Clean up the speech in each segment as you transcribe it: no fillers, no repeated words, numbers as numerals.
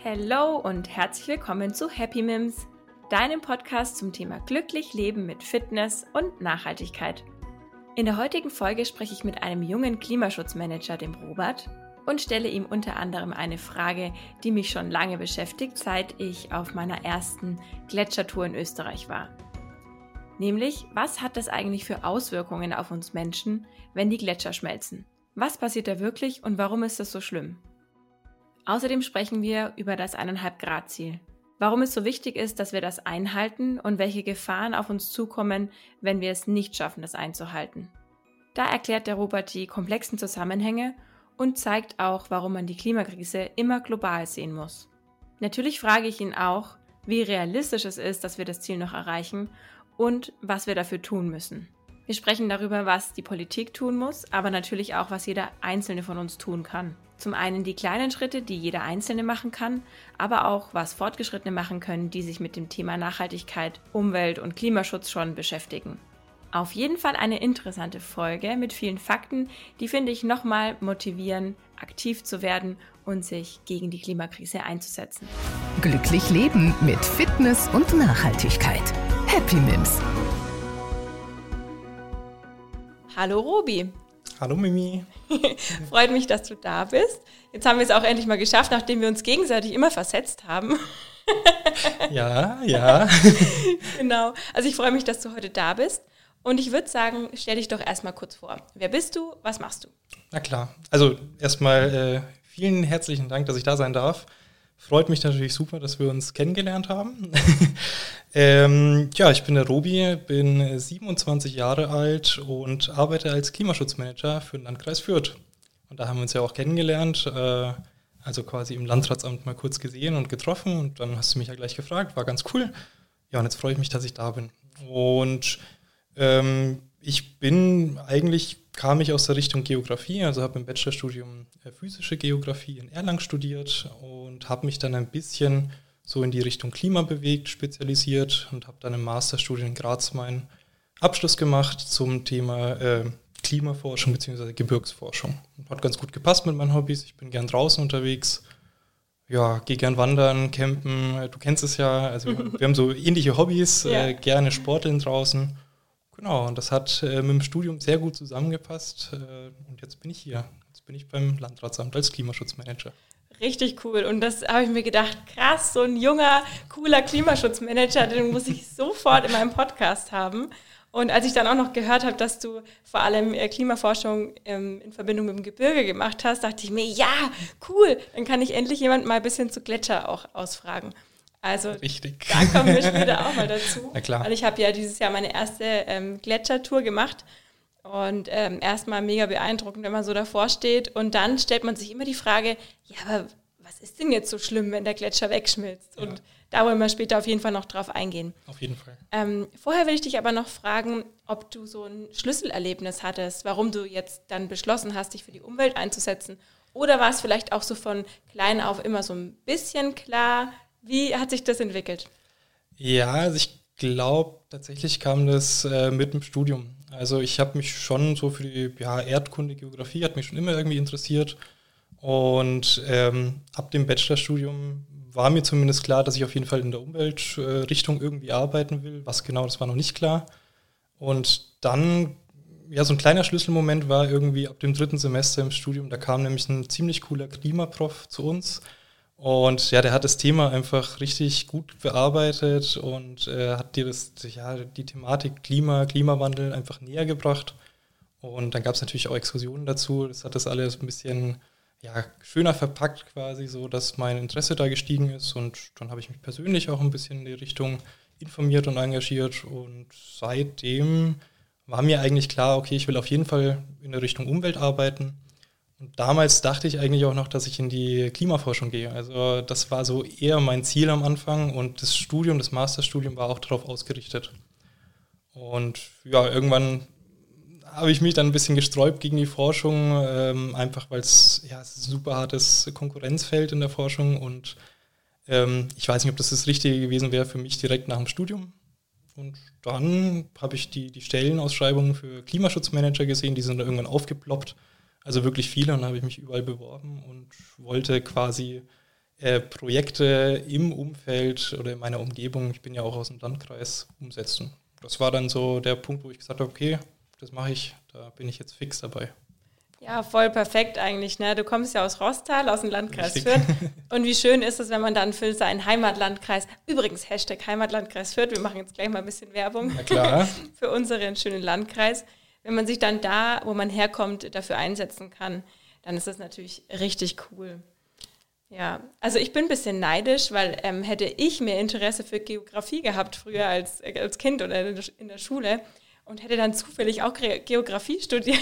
Hello und herzlich willkommen zu Happy Mims, deinem Podcast zum Thema glücklich leben mit Fitness und Nachhaltigkeit. In der heutigen Folge spreche ich mit einem jungen Klimaschutzmanager, dem Robert, und stelle ihm unter anderem eine Frage, die mich schon lange beschäftigt, seit ich auf meiner ersten Gletschertour in Österreich war. Nämlich, was hat das eigentlich für Auswirkungen auf uns Menschen, wenn die Gletscher schmelzen? Was passiert da wirklich und warum ist das so schlimm? Außerdem sprechen wir über das 1,5 Grad Ziel. Warum es so wichtig ist, dass wir das einhalten und welche Gefahren auf uns zukommen, wenn wir es nicht schaffen, das einzuhalten. Da erklärt der Robert die komplexen Zusammenhänge und zeigt auch, warum man die Klimakrise immer global sehen muss. Natürlich frage ich ihn auch, wie realistisch es ist, dass wir das Ziel noch erreichen und was wir dafür tun müssen. Wir sprechen darüber, was die Politik tun muss, aber natürlich auch, was jeder Einzelne von uns tun kann. Zum einen die kleinen Schritte, die jeder Einzelne machen kann, aber auch, was Fortgeschrittene machen können, die sich mit dem Thema Nachhaltigkeit, Umwelt und Klimaschutz schon beschäftigen. Auf jeden Fall eine interessante Folge mit vielen Fakten, die, finde ich, nochmal motivieren, aktiv zu werden und sich gegen die Klimakrise einzusetzen. Glücklich leben mit Fitness und Nachhaltigkeit. Happy Mims. Hallo Robi. Hallo Mimi. Freut mich, dass du da bist. Jetzt haben wir es auch endlich mal geschafft, nachdem wir uns gegenseitig immer versetzt haben. Ja. Genau. Also ich freue mich, dass du heute da bist. Und ich würde sagen, stell dich doch erstmal kurz vor. Wer bist du? Was machst du? Na klar. Also erstmal vielen herzlichen Dank, dass ich da sein darf. Freut mich natürlich super, dass wir uns kennengelernt haben. Ich bin der Robi, bin 27 Jahre alt und arbeite als Klimaschutzmanager für den Landkreis Fürth. Und da haben wir uns ja auch kennengelernt, also quasi im Landratsamt mal kurz gesehen und getroffen. Und dann hast du mich ja gleich gefragt, war ganz cool. Ja, und jetzt freue ich mich, dass ich da bin. Und kam ich aus der Richtung Geografie, also habe im Bachelorstudium physische Geografie in Erlangen studiert und habe mich dann ein bisschen so in die Richtung Klima bewegt, spezialisiert und habe dann im Masterstudium in Graz meinen Abschluss gemacht zum Thema Klimaforschung bzw. Gebirgsforschung. Hat ganz gut gepasst mit meinen Hobbys, ich bin gern draußen unterwegs, ja, gehe gern wandern, campen, du kennst es ja, also wir haben so ähnliche Hobbys, gerne sporteln draußen. Genau, und das hat mit dem Studium sehr gut zusammengepasst und jetzt bin ich hier. Jetzt bin ich beim Landratsamt als Klimaschutzmanager. Richtig cool und das habe ich mir gedacht, krass, so ein junger, cooler Klimaschutzmanager, den muss ich sofort in meinem Podcast haben. Und als ich dann auch noch gehört habe, dass du vor allem Klimaforschung in Verbindung mit dem Gebirge gemacht hast, dachte ich mir, ja, cool, dann kann ich endlich jemanden mal ein bisschen zu Gletscher auch ausfragen. Also richtig. Da kommen wir später auch mal dazu. Na klar. Weil ich habe ja dieses Jahr meine erste Gletschertour gemacht und erstmal mega beeindruckend, wenn man so davor steht. Und dann stellt man sich immer die Frage, ja, aber was ist denn jetzt so schlimm, wenn der Gletscher wegschmilzt? Ja. Und da wollen wir später auf jeden Fall noch drauf eingehen. Auf jeden Fall. Vorher will ich dich aber noch fragen, ob du so ein Schlüsselerlebnis hattest, warum du jetzt dann beschlossen hast, dich für die Umwelt einzusetzen. Oder war es vielleicht auch so von klein auf immer so ein bisschen klar? Wie hat sich das entwickelt? Ja, also ich glaube, tatsächlich kam das mit dem Studium. Also ich habe mich schon so für die Erdkunde, Geografie, hat mich schon immer irgendwie interessiert. Und ab dem Bachelorstudium war mir zumindest klar, dass ich auf jeden Fall in der Umweltrichtung irgendwie arbeiten will. Was genau, das war noch nicht klar. Und dann, ja, so ein kleiner Schlüsselmoment war irgendwie ab dem 3. Semester im Studium. Da kam nämlich ein ziemlich cooler Klimaprof zu uns. Und ja, der hat das Thema einfach richtig gut bearbeitet und hat dir die Thematik Klimawandel einfach näher gebracht. Und dann gab es natürlich auch Exkursionen dazu. Das hat das alles ein bisschen schöner verpackt quasi, so dass mein Interesse da gestiegen ist. Und dann habe ich mich persönlich auch ein bisschen in die Richtung informiert und engagiert. Und seitdem war mir eigentlich klar, okay, ich will auf jeden Fall in der Richtung Umwelt arbeiten. Und damals dachte ich eigentlich auch noch, dass ich in die Klimaforschung gehe. Also das war so eher mein Ziel am Anfang und das Masterstudium war auch darauf ausgerichtet. Und ja, irgendwann habe ich mich dann ein bisschen gesträubt gegen die Forschung, einfach weil es ist ein super hartes Konkurrenzfeld in der Forschung und ich weiß nicht, ob das Richtige gewesen wäre für mich direkt nach dem Studium. Und dann habe ich die Stellenausschreibungen für Klimaschutzmanager gesehen, die sind da irgendwann aufgeploppt. Also wirklich viele, und dann habe ich mich überall beworben und wollte quasi Projekte im Umfeld oder in meiner Umgebung, ich bin ja auch aus dem Landkreis, umsetzen. Das war dann so der Punkt, wo ich gesagt habe, okay, das mache ich, da bin ich jetzt fix dabei. Ja, voll perfekt eigentlich, ne? Du kommst ja aus Roßtal, aus dem Landkreis Richtig. Fürth. Und wie schön ist es, wenn man dann für seinen Heimatlandkreis, übrigens Hashtag Heimatlandkreis Fürth, wir machen jetzt gleich mal ein bisschen Werbung Na klar. für unseren schönen Landkreis. Wenn man sich dann da, wo man herkommt, dafür einsetzen kann, dann ist das natürlich richtig cool. Ja, also ich bin ein bisschen neidisch, weil hätte ich mehr Interesse für Geografie gehabt früher als Kind oder in der Schule, und hätte dann zufällig auch Geografie studiert.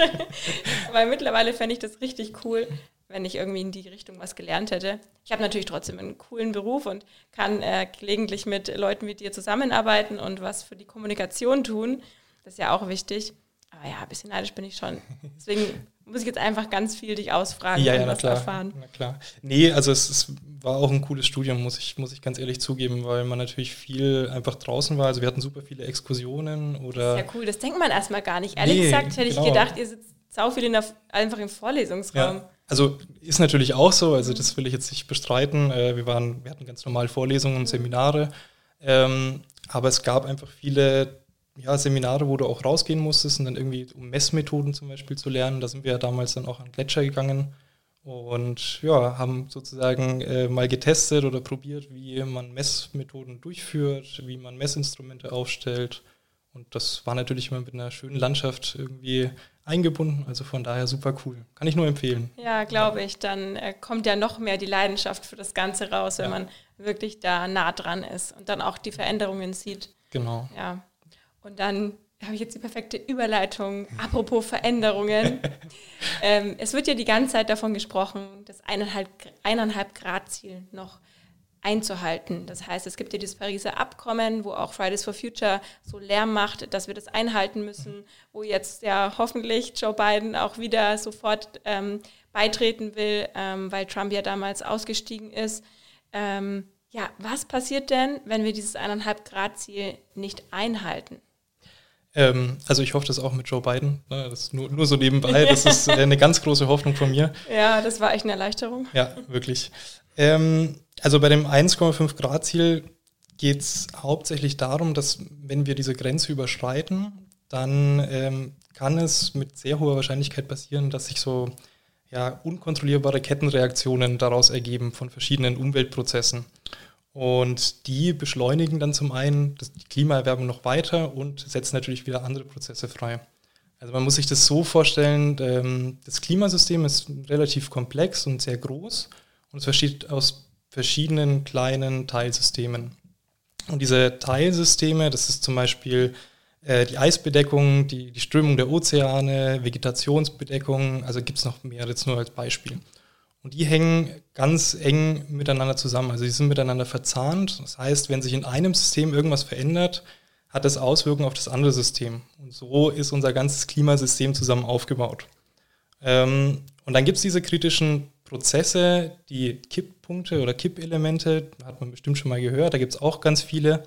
Weil mittlerweile fände ich das richtig cool, wenn ich irgendwie in die Richtung was gelernt hätte. Ich habe natürlich trotzdem einen coolen Beruf und kann gelegentlich mit Leuten wie dir zusammenarbeiten und was für die Kommunikation tun. Das ist ja auch wichtig. Aber ja, ein bisschen neidisch bin ich schon. Deswegen muss ich jetzt einfach ganz viel dich ausfragen und was erfahren. Na klar. Nee, also es war auch ein cooles Studium, muss ich ganz ehrlich zugeben, weil man natürlich viel einfach draußen war. Also wir hatten super viele Exkursionen oder... Ja, cool, das denkt man erstmal gar nicht. Ehrlich gesagt hätte ich gedacht, ihr sitzt sau viel einfach im Vorlesungsraum. Ja, also ist natürlich auch so, also das will ich jetzt nicht bestreiten. Wir hatten ganz normal Vorlesungen und Seminare, aber es gab einfach viele Seminare, wo du auch rausgehen musstest und dann irgendwie um Messmethoden zum Beispiel zu lernen. Da sind wir ja damals dann auch an Gletscher gegangen und ja, haben sozusagen mal getestet oder probiert, wie man Messmethoden durchführt, wie man Messinstrumente aufstellt. Und das war natürlich immer mit einer schönen Landschaft irgendwie eingebunden, also von daher super cool. Kann ich nur empfehlen. Ja, glaube ich. Dann kommt ja noch mehr die Leidenschaft für das Ganze raus, wenn man wirklich da nah dran ist und dann auch die Veränderungen sieht. Genau. Ja. Und dann habe ich jetzt die perfekte Überleitung. Apropos Veränderungen. Es wird ja die ganze Zeit davon gesprochen, das 1,5 Grad Ziel noch einzuhalten. Das heißt, es gibt ja dieses Pariser Abkommen, wo auch Fridays for Future so Lärm macht, dass wir das einhalten müssen, wo jetzt ja hoffentlich Joe Biden auch wieder sofort beitreten will, weil Trump ja damals ausgestiegen ist. Was passiert denn, wenn wir dieses 1,5 Grad Ziel nicht einhalten? Also ich hoffe das auch mit Joe Biden, ne? Das ist nur so nebenbei, das ist eine ganz große Hoffnung von mir. Ja, das war echt eine Erleichterung. Ja, wirklich. Also bei dem 1,5 Grad Ziel geht es hauptsächlich darum, dass wenn wir diese Grenze überschreiten, dann kann es mit sehr hoher Wahrscheinlichkeit passieren, dass sich so unkontrollierbare Kettenreaktionen daraus ergeben von verschiedenen Umweltprozessen. Und die beschleunigen dann zum einen die Klimaerwärmung noch weiter und setzen natürlich wieder andere Prozesse frei. Also man muss sich das so vorstellen, das Klimasystem ist relativ komplex und sehr groß und es besteht aus verschiedenen kleinen Teilsystemen. Und diese Teilsysteme, das ist zum Beispiel die Eisbedeckung, die Strömung der Ozeane, Vegetationsbedeckung, also gibt es noch mehr, jetzt nur als Beispiel. Und die hängen ganz eng miteinander zusammen, also die sind miteinander verzahnt. Das heißt, wenn sich in einem System irgendwas verändert, hat das Auswirkungen auf das andere System. Und so ist unser ganzes Klimasystem zusammen aufgebaut. Und dann gibt es diese kritischen Prozesse, die Kipppunkte oder Kippelemente, hat man bestimmt schon mal gehört, da gibt es auch ganz viele.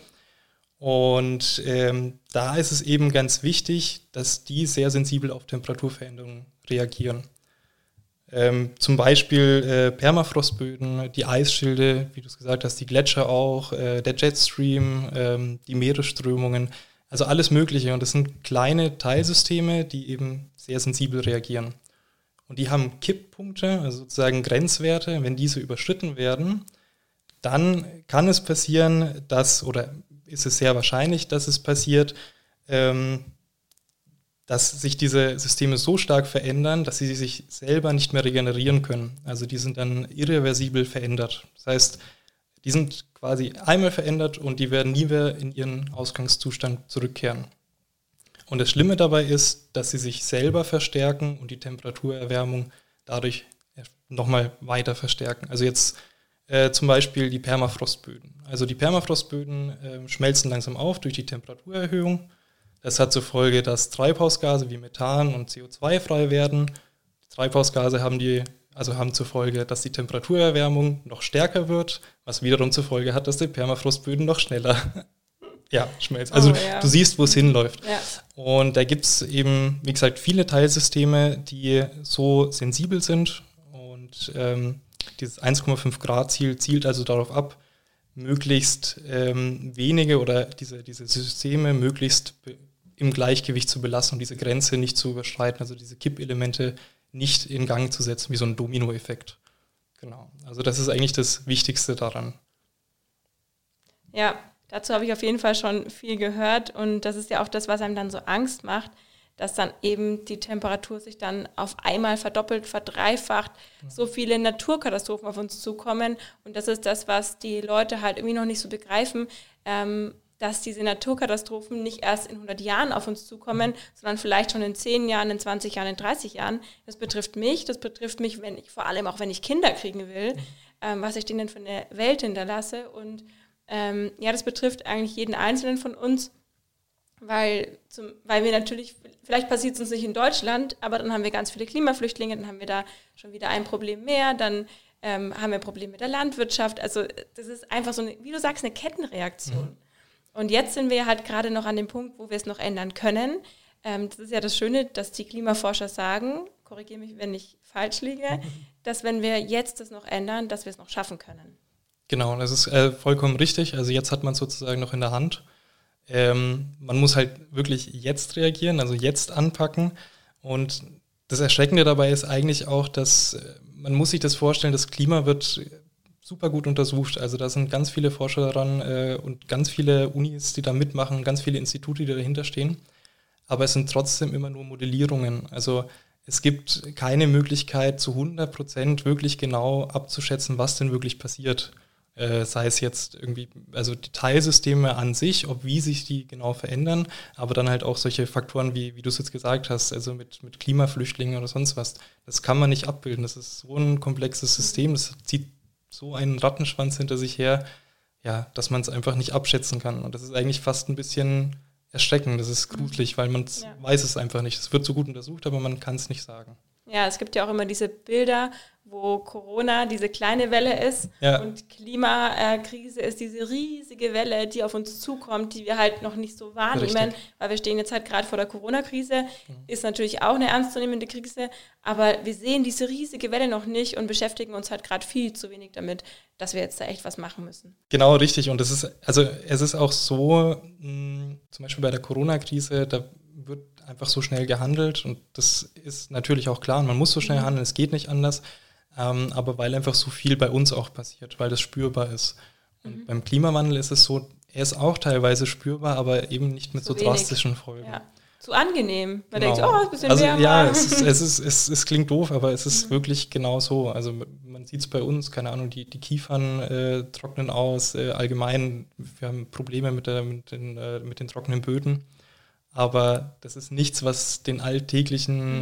Und da ist es eben ganz wichtig, dass die sehr sensibel auf Temperaturveränderungen reagieren. Zum Beispiel Permafrostböden, die Eisschilde, wie du es gesagt hast, die Gletscher auch, der Jetstream, die Meeresströmungen, also alles Mögliche. Und das sind kleine Teilsysteme, die eben sehr sensibel reagieren. Und die haben Kipppunkte, also sozusagen Grenzwerte. Wenn diese überschritten werden, dann kann es passieren, oder ist es sehr wahrscheinlich, dass es passiert, dass sich diese Systeme so stark verändern, dass sie sich selber nicht mehr regenerieren können. Also die sind dann irreversibel verändert. Das heißt, die sind quasi einmal verändert und die werden nie mehr in ihren Ausgangszustand zurückkehren. Und das Schlimme dabei ist, dass sie sich selber verstärken und die Temperaturerwärmung dadurch nochmal weiter verstärken. Also jetzt zum Beispiel die Permafrostböden. Also die Permafrostböden schmelzen langsam auf durch die Temperaturerhöhung. Das hat zur Folge, dass Treibhausgase wie Methan und CO2 frei werden. Die Treibhausgase haben zur Folge, dass die Temperaturerwärmung noch stärker wird, was wiederum zur Folge hat, dass die Permafrostböden noch schneller schmelzen. Also du siehst, wo es hinläuft. Ja. Und da gibt es eben, wie gesagt, viele Teilsysteme, die so sensibel sind und Und dieses 1,5 Grad Ziel zielt also darauf ab, möglichst wenige oder diese Systeme möglichst im Gleichgewicht zu belassen und diese Grenze nicht zu überschreiten, also diese Kippelemente nicht in Gang zu setzen, wie so ein Dominoeffekt. Genau. Also das ist eigentlich das Wichtigste daran. Ja, dazu habe ich auf jeden Fall schon viel gehört und das ist ja auch das, was einem dann so Angst macht, dass dann eben die Temperatur sich dann auf einmal verdoppelt, verdreifacht, so viele Naturkatastrophen auf uns zukommen und das ist das, was die Leute halt irgendwie noch nicht so begreifen, dass diese Naturkatastrophen nicht erst in 100 Jahren auf uns zukommen, sondern vielleicht schon in 10 Jahren, in 20 Jahren, in 30 Jahren. Das betrifft mich, vor allem auch, wenn ich Kinder kriegen will, was ich denen für eine Welt hinterlasse und das betrifft eigentlich jeden Einzelnen von uns, weil wir natürlich, vielleicht passiert es uns nicht in Deutschland, aber dann haben wir ganz viele Klimaflüchtlinge, dann haben wir da schon wieder ein Problem mehr, dann haben wir ein Problem mit der Landwirtschaft. Also das ist einfach so, wie du sagst, eine Kettenreaktion. Und jetzt sind wir halt gerade noch an dem Punkt, wo wir es noch ändern können. Das ist ja das Schöne, dass die Klimaforscher sagen, korrigiere mich, wenn ich falsch liege, dass wenn wir jetzt das noch ändern, dass wir es noch schaffen können. Genau, das ist vollkommen richtig. Also jetzt hat man es sozusagen noch in der Hand. Man muss halt wirklich jetzt reagieren, also jetzt anpacken. Und das Erschreckende dabei ist eigentlich auch, dass man muss sich das vorstellen, das Klima wird super gut untersucht. Also da sind ganz viele Forscher daran und ganz viele Unis, die da mitmachen, ganz viele Institute, die dahinter stehen. Aber es sind trotzdem immer nur Modellierungen. Also es gibt keine Möglichkeit, zu 100% wirklich genau abzuschätzen, was denn wirklich passiert. Sei es jetzt irgendwie, also die Teilsysteme an sich, wie sich die genau verändern, aber dann halt auch solche Faktoren, wie du es jetzt gesagt hast, also mit Klimaflüchtlingen oder sonst was. Das kann man nicht abbilden. Das ist so ein komplexes System, das zieht so einen Rattenschwanz hinter sich her, ja, dass man es einfach nicht abschätzen kann. Und das ist eigentlich fast ein bisschen erschreckend, das ist gruselig, weil man weiß es einfach nicht. Es wird so gut untersucht, aber man kann es nicht sagen. Ja, es gibt ja auch immer diese Bilder, wo Corona diese kleine Welle ist und Klimakrise ist diese riesige Welle, die auf uns zukommt, die wir halt noch nicht so wahrnehmen, weil wir stehen jetzt halt gerade vor der Corona-Krise, ist natürlich auch eine ernstzunehmende Krise, aber wir sehen diese riesige Welle noch nicht und beschäftigen uns halt gerade viel zu wenig damit, dass wir jetzt da echt was machen müssen. Genau, richtig. Und es ist auch so, zum Beispiel bei der Corona-Krise, da wird einfach so schnell gehandelt und das ist natürlich auch klar, man muss so schnell handeln, es geht nicht anders, aber weil einfach so viel bei uns auch passiert, weil das spürbar ist. Und beim Klimawandel ist es so, er ist auch teilweise spürbar, aber eben nicht mit so drastischen Folgen. Ja. Zu angenehm. Man denkt, ein bisschen also, wärmer. Ja, es klingt doof, aber es ist wirklich genau so. Also man sieht es bei uns, keine Ahnung, die Kiefern trocknen aus, allgemein, wir haben Probleme mit den trockenen Böden. Aber das ist nichts, was den alltäglichen,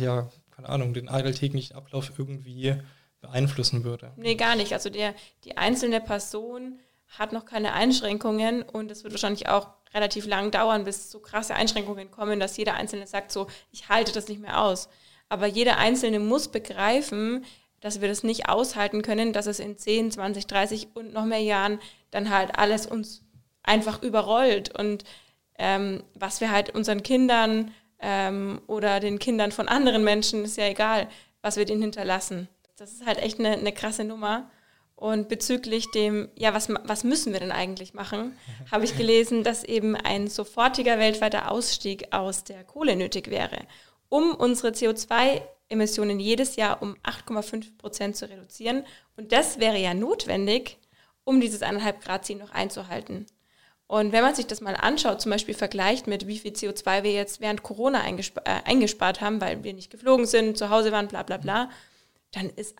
den alltäglichen Ablauf irgendwie beeinflussen würde. Nee, gar nicht. Also die einzelne Person hat noch keine Einschränkungen und es wird wahrscheinlich auch relativ lang dauern, bis so krasse Einschränkungen kommen, dass jeder Einzelne sagt so, ich halte das nicht mehr aus. Aber jeder Einzelne muss begreifen, dass wir das nicht aushalten können, dass es in 10, 20, 30 und noch mehr Jahren dann halt alles uns einfach überrollt und was wir halt unseren Kindern oder den Kindern von anderen Menschen, ist ja egal, was wir denen hinterlassen. Das ist halt echt eine krasse Nummer. Und bezüglich dem, was müssen wir denn eigentlich machen, habe ich gelesen, dass eben ein sofortiger weltweiter Ausstieg aus der Kohle nötig wäre, um unsere CO2-Emissionen jedes Jahr um 8,5% zu reduzieren. Und das wäre ja notwendig, um dieses 1,5-Grad-Ziel noch einzuhalten. Und wenn man sich das mal anschaut, zum Beispiel vergleicht mit wie viel CO2 wir jetzt während Corona eingespart haben, weil wir nicht geflogen sind, zu Hause waren, bla bla bla, dann ist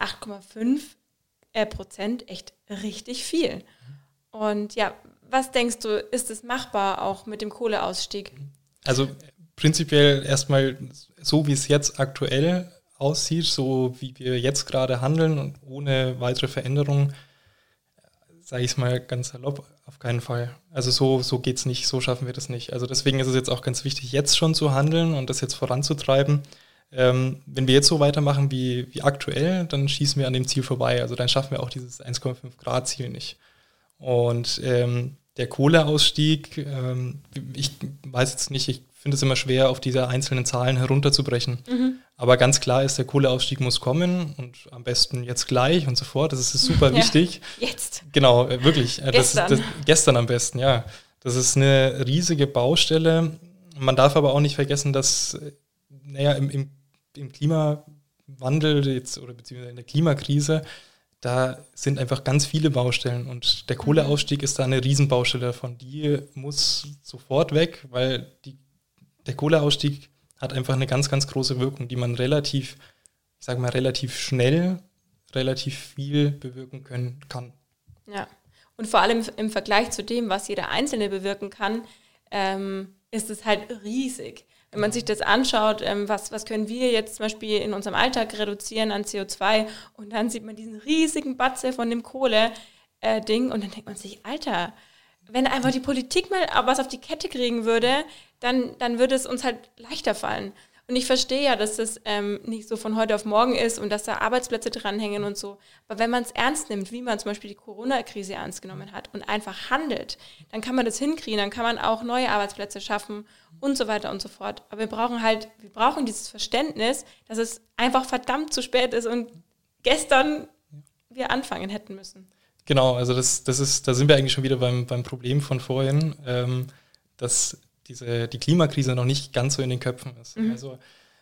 8,5% echt richtig viel. Und ja, was denkst du, ist es machbar auch mit dem Kohleausstieg? Also prinzipiell erstmal so, wie es jetzt aktuell aussieht, so wie wir jetzt gerade handeln und ohne weitere Veränderungen, sage ich es mal ganz salopp, auf keinen Fall. Also so geht es nicht, so schaffen wir das nicht. Also deswegen ist es jetzt auch ganz wichtig, jetzt schon zu handeln und das jetzt voranzutreiben. Wenn wir jetzt so weitermachen wie aktuell, dann schießen wir an dem Ziel vorbei. Also dann schaffen wir auch dieses 1,5-Grad-Ziel nicht. Und der Kohleausstieg, ich weiß jetzt nicht, ich finde es immer schwer, auf diese einzelnen Zahlen herunterzubrechen. Aber ganz klar ist, der Kohleausstieg muss kommen und am besten jetzt gleich und so fort. Das ist super wichtig. Jetzt. Genau, wirklich. Gestern. Gestern am besten, ja. Das ist eine riesige Baustelle. Man darf aber auch nicht vergessen, dass im Klimawandel jetzt oder beziehungsweise in der Klimakrise, da sind einfach ganz viele Baustellen und der Kohleausstieg ist da eine Riesenbaustelle davon. Die muss sofort weg, weil der Kohleausstieg hat einfach eine ganz, ganz große Wirkung, die man relativ schnell, relativ viel bewirken kann. Ja, und vor allem im Vergleich zu dem, was jeder Einzelne bewirken kann, ist es halt riesig. Wenn man sich das anschaut, was können wir jetzt zum Beispiel in unserem Alltag reduzieren an CO2 und dann sieht man diesen riesigen Batze von dem Kohle-Ding und dann denkt man sich, Alter, wenn einfach die Politik mal was auf die Kette kriegen würde, dann würde es uns halt leichter fallen. Und ich verstehe ja, dass das nicht so von heute auf morgen ist und dass da Arbeitsplätze dranhängen und so. Aber wenn man es ernst nimmt, wie man zum Beispiel die Corona-Krise ernst genommen hat und einfach handelt, dann kann man das hinkriegen, dann kann man auch neue Arbeitsplätze schaffen und so weiter und so fort. Aber wir brauchen dieses Verständnis, dass es einfach verdammt zu spät ist und gestern wir anfangen hätten müssen. Genau, also da sind wir eigentlich schon wieder beim Problem von vorhin, dass die Klimakrise noch nicht ganz so in den Köpfen ist. Also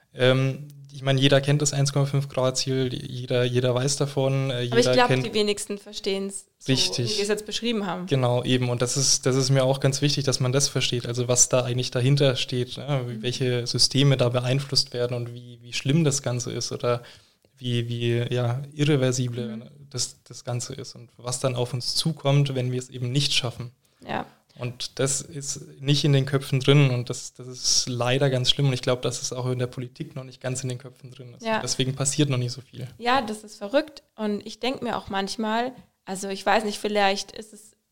ich meine, jeder kennt das 1,5 Grad Ziel, jeder weiß davon. Aber ich glaube, die wenigsten verstehen es, so, richtig, wie wir es jetzt beschrieben haben. Genau, eben. Und das ist mir auch ganz wichtig, dass man das versteht, also was da eigentlich dahinter steht, welche Systeme da beeinflusst werden und wie schlimm das Ganze ist oder wie irreversibel das Ganze ist und was dann auf uns zukommt, wenn wir es eben nicht schaffen. Ja. Und das ist nicht in den Köpfen drin und das ist leider ganz schlimm und ich glaube, dass es auch in der Politik noch nicht ganz in den Köpfen drin ist. Ja. Deswegen passiert noch nicht so viel. Ja, das ist verrückt und ich denke mir auch manchmal, also ich weiß nicht, vielleicht ist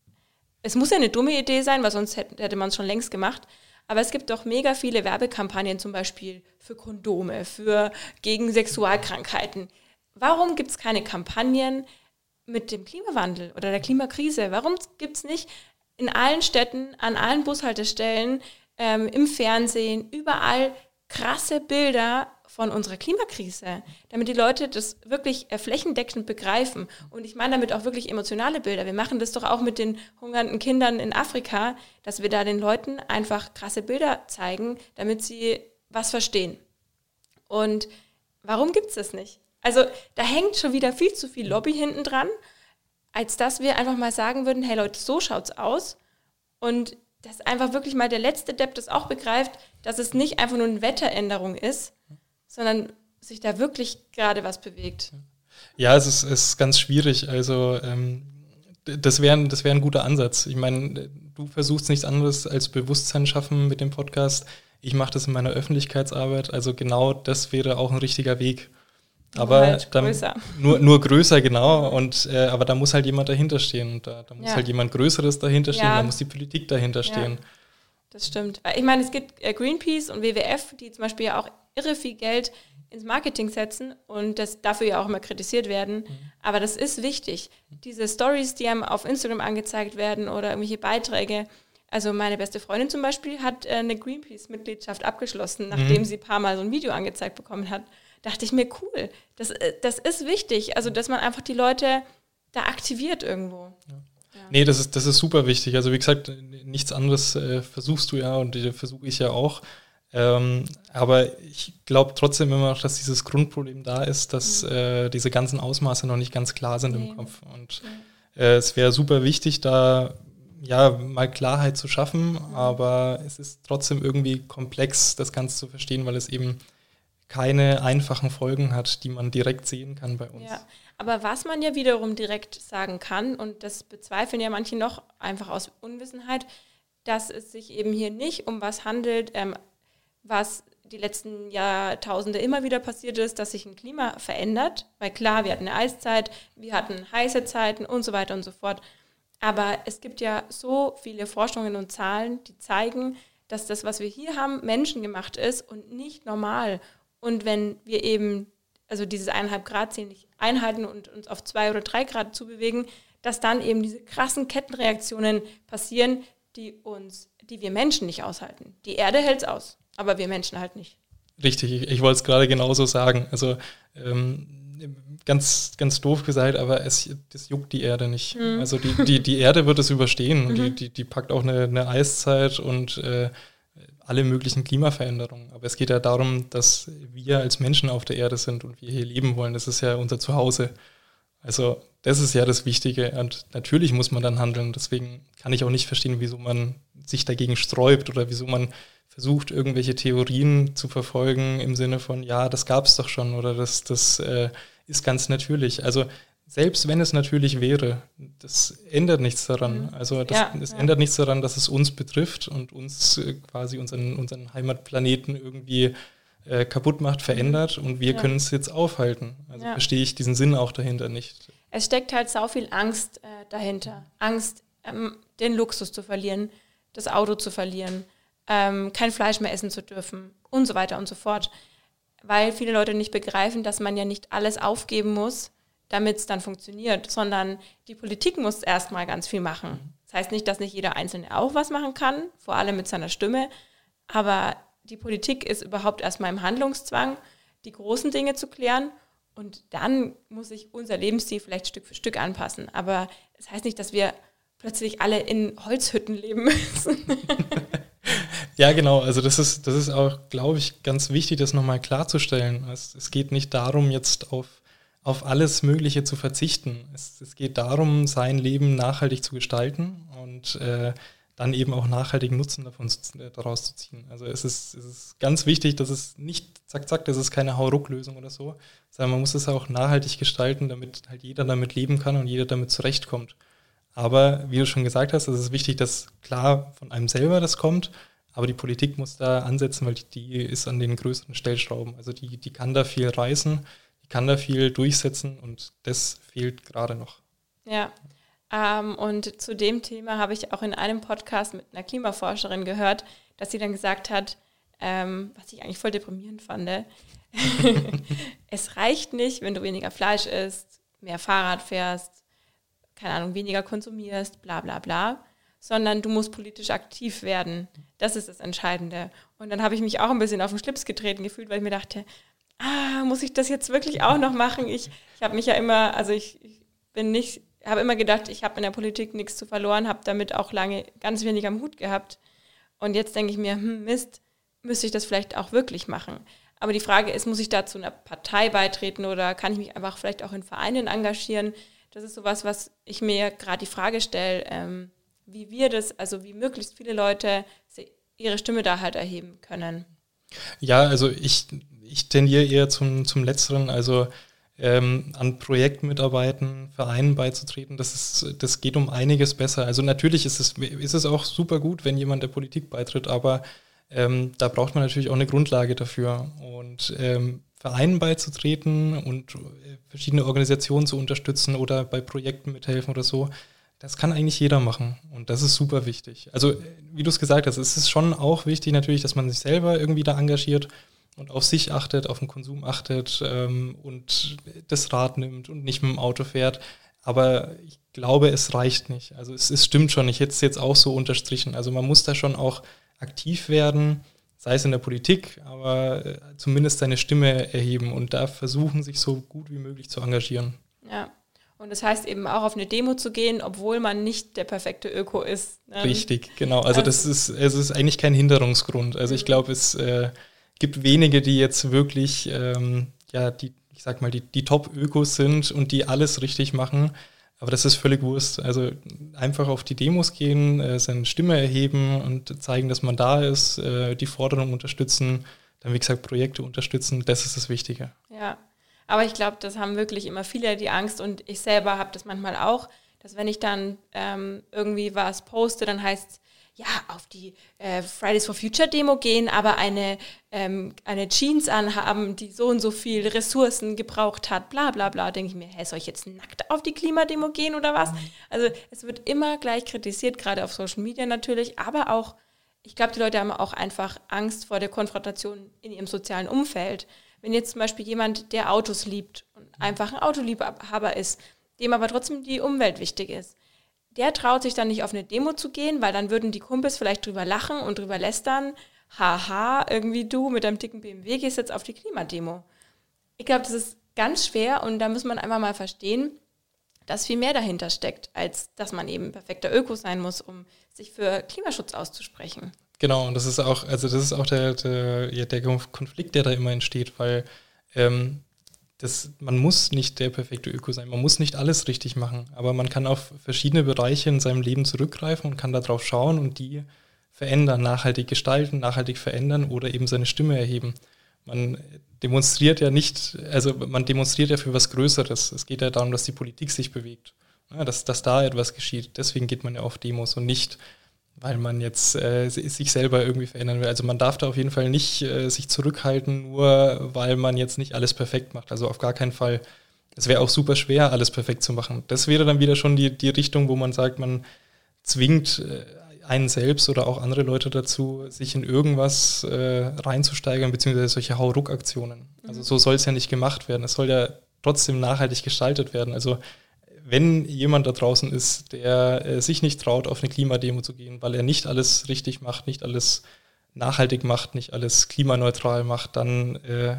es muss ja eine dumme Idee sein, weil sonst hätte man es schon längst gemacht, aber es gibt doch mega viele Werbekampagnen zum Beispiel für Kondome, gegen Sexualkrankheiten. Warum gibt es keine Kampagnen mit dem Klimawandel oder der Klimakrise? Warum gibt es nicht in allen Städten, an allen Bushaltestellen, im Fernsehen, überall krasse Bilder von unserer Klimakrise, damit die Leute das wirklich flächendeckend begreifen. Und ich meine damit auch wirklich emotionale Bilder. Wir machen das doch auch mit den hungernden Kindern in Afrika, dass wir da den Leuten einfach krasse Bilder zeigen, damit sie was verstehen. Und warum gibt es das nicht? Also da hängt schon wieder viel zu viel Lobby hinten dran, als dass wir einfach mal sagen würden, hey Leute, so schaut's aus. Und dass einfach wirklich mal der letzte Depp das auch begreift, dass es nicht einfach nur eine Wetteränderung ist, sondern sich da wirklich gerade was bewegt. Ja, es ist ganz schwierig. Also das wäre ein guter Ansatz. Ich meine, du versuchst nichts anderes als Bewusstsein schaffen mit dem Podcast. Ich mache das in meiner Öffentlichkeitsarbeit. Also genau das wäre auch ein richtiger Weg. Aber halt größer. Nur größer, genau. Und aber da muss halt jemand dahinter stehen. Und da muss halt jemand Größeres dahinter stehen. Da muss die Politik dahinter stehen. Ja, das stimmt. Weil ich meine, es gibt Greenpeace und WWF, die zum Beispiel ja auch irre viel Geld ins Marketing setzen und das dafür ja auch immer kritisiert werden. Aber das ist wichtig. Diese Stories, die einem auf Instagram angezeigt werden oder irgendwelche Beiträge. Also meine beste Freundin zum Beispiel hat eine Greenpeace-Mitgliedschaft abgeschlossen, nachdem sie ein paar Mal so ein Video angezeigt bekommen hat. Dachte ich mir, cool, das ist wichtig, also dass man einfach die Leute da aktiviert irgendwo. Ja. Nee, das ist super wichtig. Also wie gesagt, nichts anderes versuchst du ja und versuche ich ja auch. Aber ich glaube trotzdem immer noch, dass dieses Grundproblem da ist, dass diese ganzen Ausmaße noch nicht ganz klar sind im Kopf. Und es wäre super wichtig, da mal Klarheit zu schaffen, aber es ist trotzdem irgendwie komplex, das Ganze zu verstehen, weil es eben keine einfachen Folgen hat, die man direkt sehen kann bei uns. Ja, aber was man ja wiederum direkt sagen kann, und das bezweifeln ja manche noch einfach aus Unwissenheit, dass es sich eben hier nicht um was handelt, was die letzten Jahrtausende immer wieder passiert ist, dass sich ein Klima verändert. Weil klar, wir hatten eine Eiszeit, wir hatten heiße Zeiten und so weiter und so fort. Aber es gibt ja so viele Forschungen und Zahlen, die zeigen, dass das, was wir hier haben, menschengemacht ist und nicht normal. Und wenn wir eben also dieses 1,5 Grad Ziel nicht einhalten und uns auf 2 oder 3 Grad zubewegen, dass dann eben diese krassen Kettenreaktionen passieren, die wir Menschen nicht aushalten. Die Erde hält es aus, aber wir Menschen halt nicht. Richtig, ich wollte es gerade genauso sagen. Also ganz, ganz doof gesagt, aber das juckt die Erde nicht. Also die Erde wird es überstehen. Und die packt auch eine Eiszeit und alle möglichen Klimaveränderungen. Aber es geht ja darum, dass wir als Menschen auf der Erde sind und wir hier leben wollen. Das ist ja unser Zuhause. Also das ist ja das Wichtige. Und natürlich muss man dann handeln. Deswegen kann ich auch nicht verstehen, wieso man sich dagegen sträubt oder wieso man versucht, irgendwelche Theorien zu verfolgen im Sinne von, ja, das gab es doch schon oder das ist ganz natürlich. Also selbst wenn es natürlich wäre, das ändert nichts daran. Also das ändert nichts daran, dass es uns betrifft und uns quasi unseren Heimatplaneten irgendwie kaputt macht, verändert und wir können es jetzt aufhalten. Also verstehe ich diesen Sinn auch dahinter nicht. Es steckt halt sau viel Angst dahinter. Angst, den Luxus zu verlieren, das Auto zu verlieren, kein Fleisch mehr essen zu dürfen und so weiter und so fort. Weil viele Leute nicht begreifen, dass man ja nicht alles aufgeben muss, damit es dann funktioniert, sondern die Politik muss erstmal ganz viel machen. Das heißt nicht, dass nicht jeder Einzelne auch was machen kann, vor allem mit seiner Stimme, aber die Politik ist überhaupt erstmal im Handlungszwang, die großen Dinge zu klären und dann muss sich unser Lebensstil vielleicht Stück für Stück anpassen. Aber das heißt nicht, dass wir plötzlich alle in Holzhütten leben müssen. Ja, genau. Also das ist auch, glaube ich, ganz wichtig, das nochmal klarzustellen. Es geht nicht darum, jetzt auf alles Mögliche zu verzichten. Es geht darum, sein Leben nachhaltig zu gestalten und dann eben auch nachhaltigen Nutzen daraus zu ziehen. Also es ist ganz wichtig, dass es nicht zack, das ist keine Hauruck-Lösung oder so, sondern man muss es auch nachhaltig gestalten, damit halt jeder damit leben kann und jeder damit zurechtkommt. Aber wie du schon gesagt hast, es ist wichtig, dass klar von einem selber das kommt, aber die Politik muss da ansetzen, weil die ist an den größeren Stellschrauben. Also die kann da viel reißen, die kann da viel durchsetzen und das fehlt gerade noch. Ja, und zu dem Thema habe ich auch in einem Podcast mit einer Klimaforscherin gehört, dass sie dann gesagt hat, was ich eigentlich voll deprimierend fand, es reicht nicht, wenn du weniger Fleisch isst, mehr Fahrrad fährst, keine Ahnung, weniger konsumierst, bla bla bla, sondern du musst politisch aktiv werden. Das ist das Entscheidende. Und dann habe ich mich auch ein bisschen auf den Schlips getreten gefühlt, weil ich mir dachte, muss ich das jetzt wirklich auch noch machen? Ich habe mich ja immer, also ich habe immer gedacht, ich habe in der Politik nichts zu verloren, habe damit auch lange ganz wenig am Hut gehabt. Und jetzt denke ich mir, Mist, müsste ich das vielleicht auch wirklich machen? Aber die Frage ist, muss ich da zu einer Partei beitreten oder kann ich mich einfach vielleicht auch in Vereinen engagieren? Das ist sowas, was ich mir gerade die Frage stelle, wie wir das, also wie möglichst viele Leute ihre Stimme da halt erheben können. Ja, also ich tendiere eher zum Letzteren, also an Projekten mitarbeiten, Vereinen beizutreten, das geht um einiges besser. Also natürlich ist es auch super gut, wenn jemand der Politik beitritt, aber da braucht man natürlich auch eine Grundlage dafür. Und Vereinen beizutreten und verschiedene Organisationen zu unterstützen oder bei Projekten mithelfen oder so, das kann eigentlich jeder machen und das ist super wichtig. Also wie du es gesagt hast, es ist schon auch wichtig natürlich, dass man sich selber irgendwie da engagiert und auf sich achtet, auf den Konsum achtet und das Rad nimmt und nicht mit dem Auto fährt. Aber ich glaube, es reicht nicht. Also es stimmt schon, ich hätte es jetzt auch so unterstrichen. Also man muss da schon auch aktiv werden, sei es in der Politik, aber zumindest seine Stimme erheben und da versuchen, sich so gut wie möglich zu engagieren. Ja, und das heißt eben auch auf eine Demo zu gehen, obwohl man nicht der perfekte Öko ist. Richtig, genau. Also es ist eigentlich kein Hinderungsgrund. Also ich glaube, es gibt wenige, die jetzt wirklich die Top-Ökos sind und die alles richtig machen. Aber das ist völlig Wurst. Also einfach auf die Demos gehen, seine Stimme erheben und zeigen, dass man da ist, die Forderung unterstützen, dann wie gesagt Projekte unterstützen, das ist das Wichtige. Ja, aber ich glaube, das haben wirklich immer viele die Angst und ich selber habe das manchmal auch, dass wenn ich dann irgendwie was poste, dann heißt es, ja, auf die Fridays for Future Demo gehen, aber eine Jeans anhaben, die so und so viel Ressourcen gebraucht hat, bla bla bla, denke ich mir, soll ich jetzt nackt auf die Klimademo gehen oder was? Also es wird immer gleich kritisiert, gerade auf Social Media natürlich, aber auch, ich glaube, die Leute haben auch einfach Angst vor der Konfrontation in ihrem sozialen Umfeld. Wenn jetzt zum Beispiel jemand, der Autos liebt und einfach ein Autoliebhaber ist, dem aber trotzdem die Umwelt wichtig ist, der traut sich dann nicht auf eine Demo zu gehen, weil dann würden die Kumpels vielleicht drüber lachen und drüber lästern. Haha, irgendwie du mit deinem dicken BMW gehst jetzt auf die Klimademo. Ich glaube, das ist ganz schwer und da muss man einfach mal verstehen, dass viel mehr dahinter steckt, als dass man eben perfekter Öko sein muss, um sich für Klimaschutz auszusprechen. Genau, und das ist auch der Konflikt, der da immer entsteht, weil man muss nicht der perfekte Öko sein, man muss nicht alles richtig machen, aber man kann auf verschiedene Bereiche in seinem Leben zurückgreifen und kann darauf schauen und die verändern, nachhaltig gestalten, nachhaltig verändern oder eben seine Stimme erheben. Man demonstriert ja für was Größeres. Es geht ja darum, dass die Politik sich bewegt, dass da etwas geschieht. Deswegen geht man ja auf Demos und nicht, weil man jetzt sich selber irgendwie verändern will. Also man darf da auf jeden Fall nicht sich zurückhalten, nur weil man jetzt nicht alles perfekt macht. Also auf gar keinen Fall. Es wäre auch super schwer, alles perfekt zu machen. Das wäre dann wieder schon die Richtung, wo man sagt, man zwingt einen selbst oder auch andere Leute dazu, sich in irgendwas reinzusteigern, beziehungsweise solche Hauruck-Aktionen. Also so soll es ja nicht gemacht werden. Es soll ja trotzdem nachhaltig gestaltet werden. Also wenn jemand da draußen ist, der sich nicht traut, auf eine Klimademo zu gehen, weil er nicht alles richtig macht, nicht alles nachhaltig macht, nicht alles klimaneutral macht, dann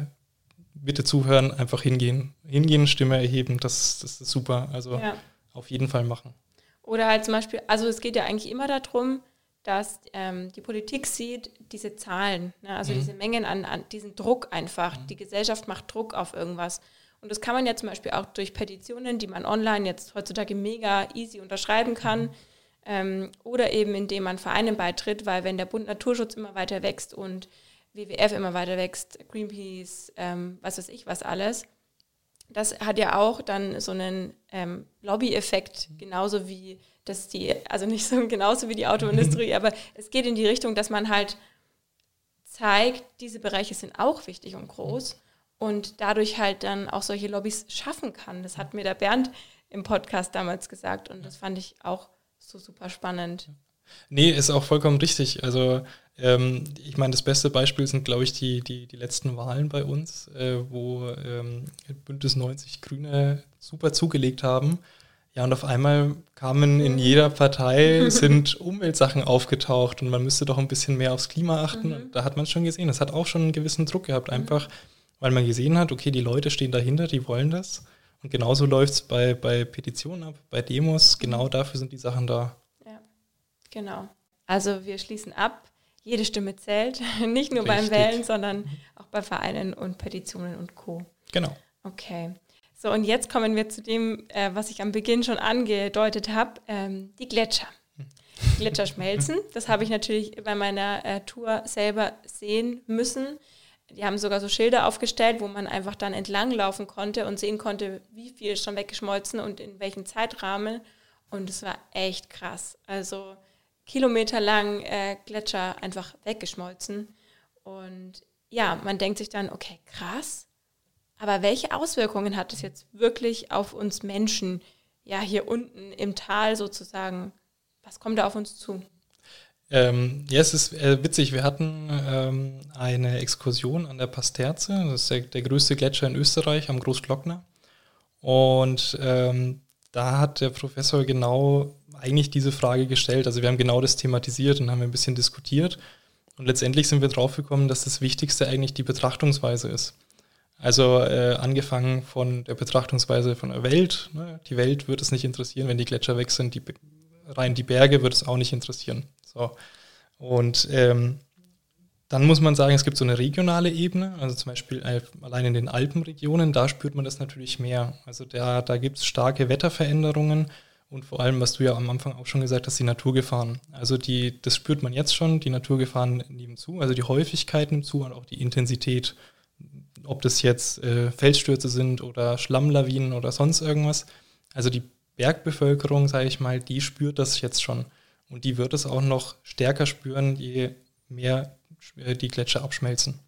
bitte zuhören, einfach hingehen, Stimme erheben, das ist super. Also auf jeden Fall machen. Oder halt zum Beispiel, also es geht ja eigentlich immer darum, dass die Politik sieht, diese Zahlen, ne, also diese Mengen an diesen Druck einfach. Die Gesellschaft macht Druck auf irgendwas. Und das kann man ja zum Beispiel auch durch Petitionen, die man online jetzt heutzutage mega easy unterschreiben kann, oder eben indem man Vereinen beitritt, weil wenn der Bund Naturschutz immer weiter wächst und WWF immer weiter wächst, Greenpeace, was weiß ich was alles, das hat ja auch dann so einen Lobby-Effekt, genauso wie genauso wie die Autoindustrie, aber es geht in die Richtung, dass man halt zeigt, diese Bereiche sind auch wichtig und groß und dadurch halt dann auch solche Lobbys schaffen kann. Das hat mir der Bernd im Podcast damals gesagt und das fand ich auch so super spannend. Nee, ist auch vollkommen richtig. Also ich meine, das beste Beispiel sind, glaube ich, die letzten Wahlen bei uns, wo Bündnis 90 Grüne super zugelegt haben. Ja, und auf einmal kamen in jeder Partei, sind Umweltsachen aufgetaucht und man müsste doch ein bisschen mehr aufs Klima achten. Und da hat man es schon gesehen. Das hat auch schon einen gewissen Druck gehabt, einfach weil man gesehen hat, okay, die Leute stehen dahinter, die wollen das. Und genauso läuft es bei Petitionen ab, bei Demos. Genau dafür sind die Sachen da. Ja, genau. Also wir schließen ab. Jede Stimme zählt, nicht nur Richtig. beim Wählen, sondern auch bei Vereinen und Petitionen und Co. Genau. Okay. So, und jetzt kommen wir zu dem, was ich am Beginn schon angedeutet habe, die Gletscher. Die Gletscher schmelzen. Das habe ich natürlich bei meiner Tour selber sehen müssen. Die haben sogar so Schilder aufgestellt, wo man einfach dann entlanglaufen konnte und sehen konnte, wie viel ist schon weggeschmolzen und in welchem Zeitrahmen. Und es war echt krass. Also kilometerlang Gletscher einfach weggeschmolzen. Und ja, man denkt sich dann, okay, krass, aber welche Auswirkungen hat das jetzt wirklich auf uns Menschen, ja, hier unten im Tal sozusagen? Was kommt da auf uns zu? Ja, es ist witzig, wir hatten eine Exkursion an der Pasterze, das ist der größte Gletscher in Österreich am Großglockner. Und da hat der Professor genau eigentlich diese Frage gestellt. Also wir haben genau das thematisiert und haben ein bisschen diskutiert. Und letztendlich sind wir drauf gekommen, dass das Wichtigste eigentlich die Betrachtungsweise ist. Also angefangen von der Betrachtungsweise von der Welt. Ne? Die Welt wird es nicht interessieren, wenn die Gletscher weg sind. Rein die Berge wird es auch nicht interessieren. So. Und dann muss man sagen, es gibt so eine regionale Ebene, also zum Beispiel allein in den Alpenregionen, da spürt man das natürlich mehr. Also da gibt es starke Wetterveränderungen und vor allem, was du ja am Anfang auch schon gesagt hast, die Naturgefahren. Also das spürt man jetzt schon, die Naturgefahren nehmen zu, also die Häufigkeit nimmt zu und auch die Intensität. Ob das jetzt Felsstürze sind oder Schlammlawinen oder sonst irgendwas. Also die Bergbevölkerung, sage ich mal, die spürt das jetzt schon. Und die wird es auch noch stärker spüren, je mehr die Gletscher abschmelzen.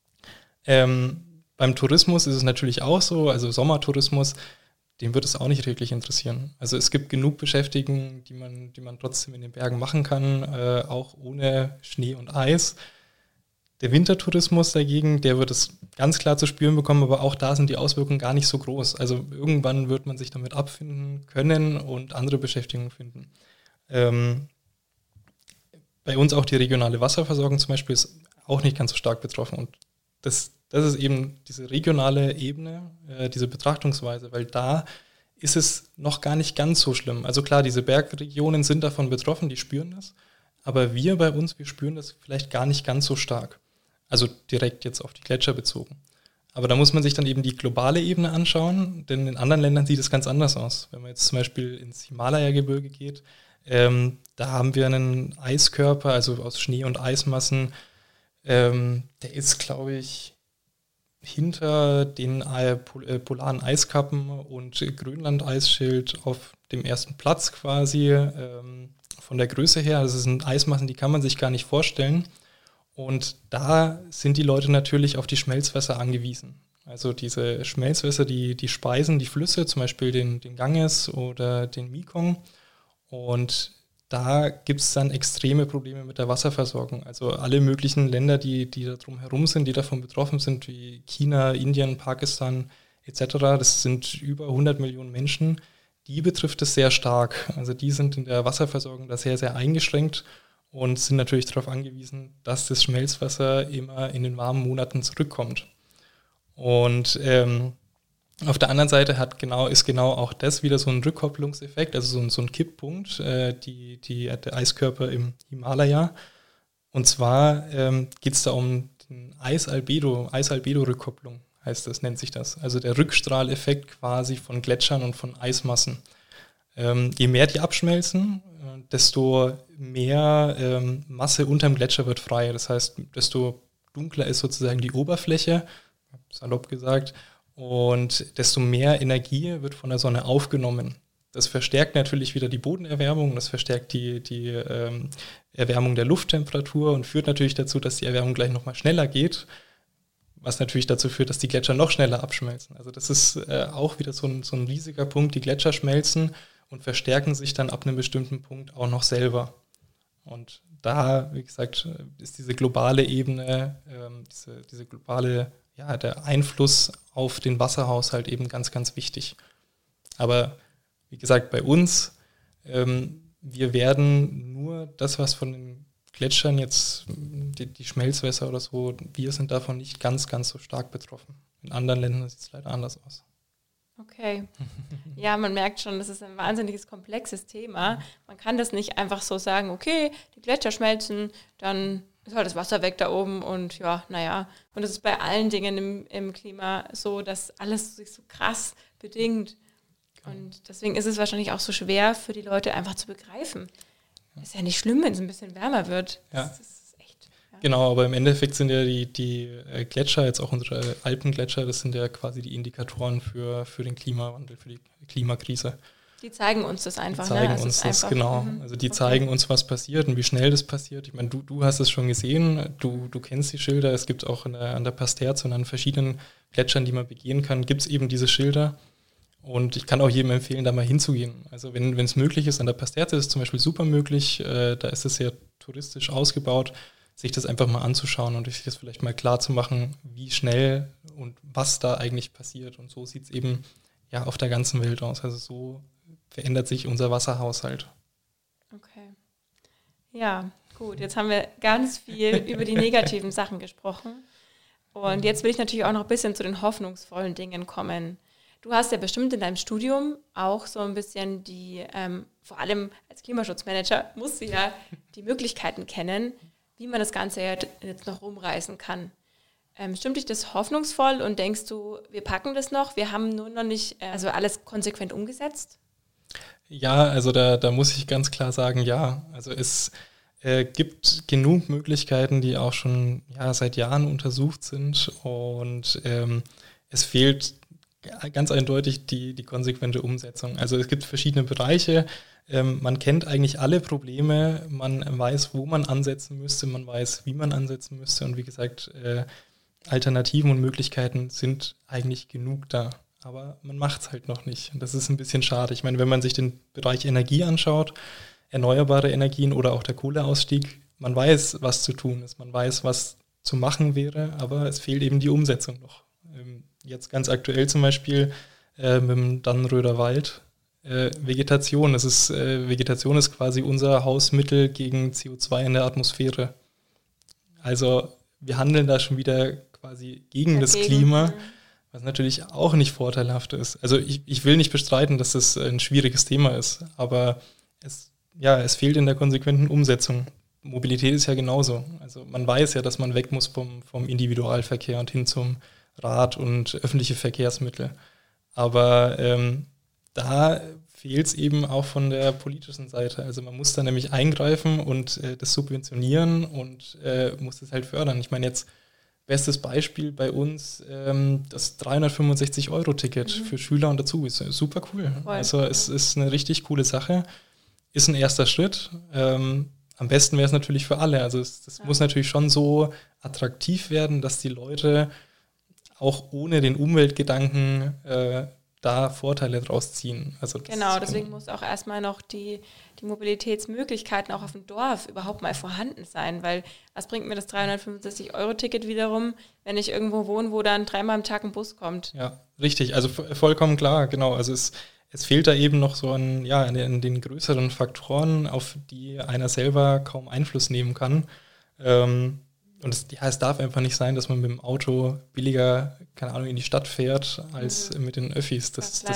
Beim Tourismus ist es natürlich auch so, also Sommertourismus, den wird es auch nicht wirklich interessieren. Also es gibt genug Beschäftigungen, die man trotzdem in den Bergen machen kann, auch ohne Schnee und Eis. Der Wintertourismus dagegen, der wird es ganz klar zu spüren bekommen, aber auch da sind die Auswirkungen gar nicht so groß. Also irgendwann wird man sich damit abfinden können und andere Beschäftigungen finden. Bei uns auch die regionale Wasserversorgung zum Beispiel ist auch nicht ganz so stark betroffen. Und das ist eben diese regionale Ebene, diese Betrachtungsweise, weil da ist es noch gar nicht ganz so schlimm. Also klar, diese Bergregionen sind davon betroffen, die spüren das. Aber wir spüren das vielleicht gar nicht ganz so stark. Also direkt jetzt auf die Gletscher bezogen. Aber da muss man sich dann eben die globale Ebene anschauen, denn in anderen Ländern sieht es ganz anders aus. Wenn man jetzt zum Beispiel ins Himalaya-Gebirge geht, da haben wir einen Eiskörper, also aus Schnee und Eismassen, der ist, glaube ich, hinter den polaren Eiskappen und Grönland-Eisschild auf dem ersten Platz quasi von der Größe her. Das sind Eismassen, die kann man sich gar nicht vorstellen. Und da sind die Leute natürlich auf die Schmelzwässer angewiesen. Also diese Schmelzwässer, die speisen die Flüsse, zum Beispiel den Ganges oder den Mekong. Und da gibt es dann extreme Probleme mit der Wasserversorgung. Also alle möglichen Länder, die da drumherum sind, die davon betroffen sind, wie China, Indien, Pakistan etc., das sind über 100 Millionen Menschen, die betrifft es sehr stark. Also die sind in der Wasserversorgung da sehr, sehr eingeschränkt und sind natürlich darauf angewiesen, dass das Schmelzwasser immer in den warmen Monaten zurückkommt. Und auf der anderen Seite ist genau auch das wieder so ein Rückkopplungseffekt, also so ein Kipppunkt, der Eiskörper im Himalaya. Und zwar geht es da um den Eisalbedo-Rückkopplung, nennt sich das. Also der Rückstrahleffekt quasi von Gletschern und von Eismassen. Je mehr die abschmelzen, desto mehr Masse unterm Gletscher wird frei. Das heißt, desto dunkler ist sozusagen die Oberfläche, salopp gesagt, und desto mehr Energie wird von der Sonne aufgenommen. Das verstärkt natürlich wieder die Bodenerwärmung, das verstärkt die Erwärmung der Lufttemperatur und führt natürlich dazu, dass die Erwärmung gleich nochmal schneller geht, was natürlich dazu führt, dass die Gletscher noch schneller abschmelzen. Also das ist auch wieder so ein riesiger Punkt. Die Gletscher schmelzen und verstärken sich dann ab einem bestimmten Punkt auch noch selber. Und da, wie gesagt, ist diese globale Ebene, diese globale, der Einfluss auf den Wasserhaushalt eben ganz, ganz wichtig. Aber wie gesagt, bei uns, wir werden nur das, was von den Gletschern jetzt, die Schmelzwässer oder so, wir sind davon nicht ganz, ganz so stark betroffen. In anderen Ländern sieht es leider anders aus. Okay. Ja, man merkt schon, das ist ein wahnsinniges, komplexes Thema. Man kann das nicht einfach so sagen, okay, die Gletscher schmelzen, dann ist halt das Wasser weg da oben und ja, naja. Und es ist bei allen Dingen im Klima so, dass alles sich so krass bedingt. Und deswegen ist es wahrscheinlich auch so schwer für die Leute einfach zu begreifen. Ist ja nicht schlimm, wenn es ein bisschen wärmer wird. Das ist echt, ja. Genau, aber im Endeffekt sind ja die Gletscher, jetzt auch unsere Alpengletscher, das sind ja quasi die Indikatoren für den Klimawandel, für die Klimakrise. Die zeigen uns das einfach. Die zeigen uns das, genau. Also die zeigen uns, was passiert und wie schnell das passiert. Ich meine, du hast es schon gesehen, du kennst die Schilder. Es gibt auch an der Pasterze und an verschiedenen Gletschern, die man begehen kann, gibt es eben diese Schilder. Und ich kann auch jedem empfehlen, da mal hinzugehen. Also wenn es möglich ist, an der Pasterze ist es zum Beispiel super möglich, da ist es sehr touristisch ausgebaut, sich das einfach mal anzuschauen und sich das vielleicht mal klar zu machen, wie schnell und was da eigentlich passiert. Und so sieht es eben ja auf der ganzen Welt aus. Also so verändert sich unser Wasserhaushalt. Okay. Ja, gut. Jetzt haben wir ganz viel über die negativen Sachen gesprochen. Und jetzt will ich natürlich auch noch ein bisschen zu den hoffnungsvollen Dingen kommen. Du hast ja bestimmt in deinem Studium auch so ein bisschen vor allem als Klimaschutzmanager, musst du ja die Möglichkeiten kennen, wie man das Ganze jetzt noch rumreißen kann. Stimmt dich das hoffnungsvoll und denkst du, wir packen das noch, wir haben nur noch nicht alles konsequent umgesetzt? Ja, also da muss ich ganz klar sagen, ja. Also es gibt genug Möglichkeiten, die auch schon seit Jahren untersucht sind und es fehlt ganz eindeutig die konsequente Umsetzung. Also es gibt verschiedene Bereiche, man kennt eigentlich alle Probleme, man weiß, wo man ansetzen müsste, man weiß, wie man ansetzen müsste und wie gesagt, Alternativen und Möglichkeiten sind eigentlich genug da. Aber man macht es halt noch nicht. Und das ist ein bisschen schade. Ich meine, wenn man sich den Bereich Energie anschaut, erneuerbare Energien oder auch der Kohleausstieg, man weiß, was zu tun ist. Man weiß, was zu machen wäre, aber es fehlt eben die Umsetzung noch. Jetzt ganz aktuell zum Beispiel mit dem Dannenröder Wald. Vegetation ist quasi unser Hausmittel gegen CO2 in der Atmosphäre. Also wir handeln da schon wieder quasi gegen das Klima, was natürlich auch nicht vorteilhaft ist. Also ich will nicht bestreiten, dass das ein schwieriges Thema ist, aber es fehlt in der konsequenten Umsetzung. Mobilität ist ja genauso. Also man weiß ja, dass man weg muss vom Individualverkehr und hin zum Rad und öffentliche Verkehrsmittel. Aber da fehlt es eben auch von der politischen Seite. Also man muss da nämlich eingreifen und das subventionieren und muss das halt fördern. Ich meine jetzt, bestes Beispiel bei uns, das 365-Euro-Ticket für Schüler und Azubis. Super cool. Also es ist eine richtig coole Sache. Ist ein erster Schritt. Am besten wäre es natürlich für alle. Also das muss natürlich schon so attraktiv werden, dass die Leute auch ohne den Umweltgedanken da Vorteile draus ziehen. Also deswegen muss auch erstmal noch die Mobilitätsmöglichkeiten auch auf dem Dorf überhaupt mal vorhanden sein, weil was bringt mir das 365-Euro-Ticket wiederum, wenn ich irgendwo wohne, wo dann 3-mal am Tag ein Bus kommt? Ja, richtig, also vollkommen klar, genau. Also es fehlt da eben noch so an den größeren Faktoren, auf die einer selber kaum Einfluss nehmen kann. Und es darf einfach nicht sein, dass man mit dem Auto billiger, keine Ahnung, in die Stadt fährt, als mit den Öffis.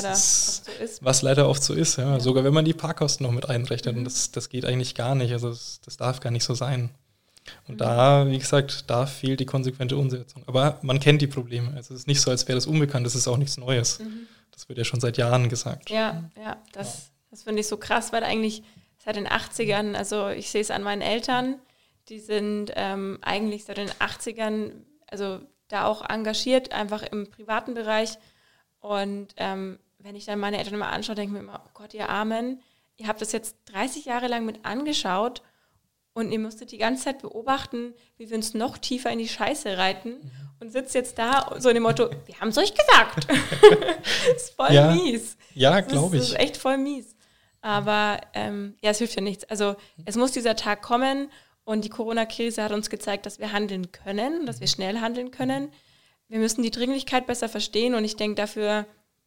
Was leider oft so ist. Ja. Sogar wenn man die Parkkosten noch mit einrechnet. Und das geht eigentlich gar nicht. Also das darf gar nicht so sein. Und da, wie gesagt, da fehlt die konsequente Umsetzung. Aber man kennt die Probleme. Also es ist nicht so, als wäre das unbekannt. Das ist auch nichts Neues. Das wird ja schon seit Jahren gesagt. Ja, das finde ich so krass, weil eigentlich seit den 80ern, also ich sehe es an meinen Eltern, die sind eigentlich seit den 80ern, also da auch engagiert, einfach im privaten Bereich. Und wenn ich dann meine Eltern immer anschaue, denke ich mir immer, oh Gott, ihr Armen, ihr habt das jetzt 30 Jahre lang mit angeschaut und ihr müsstet die ganze Zeit beobachten, wie wir uns noch tiefer in die Scheiße reiten und sitzt jetzt da so in dem Motto, wir haben es euch gesagt. Das ist voll mies. Ja, glaube ich. Das ist echt voll mies. Aber es hilft ja nichts. Also es muss dieser Tag kommen. Und die Corona-Krise hat uns gezeigt, dass wir handeln können, dass wir schnell handeln können. Wir müssen die Dringlichkeit besser verstehen und ich denke, dafür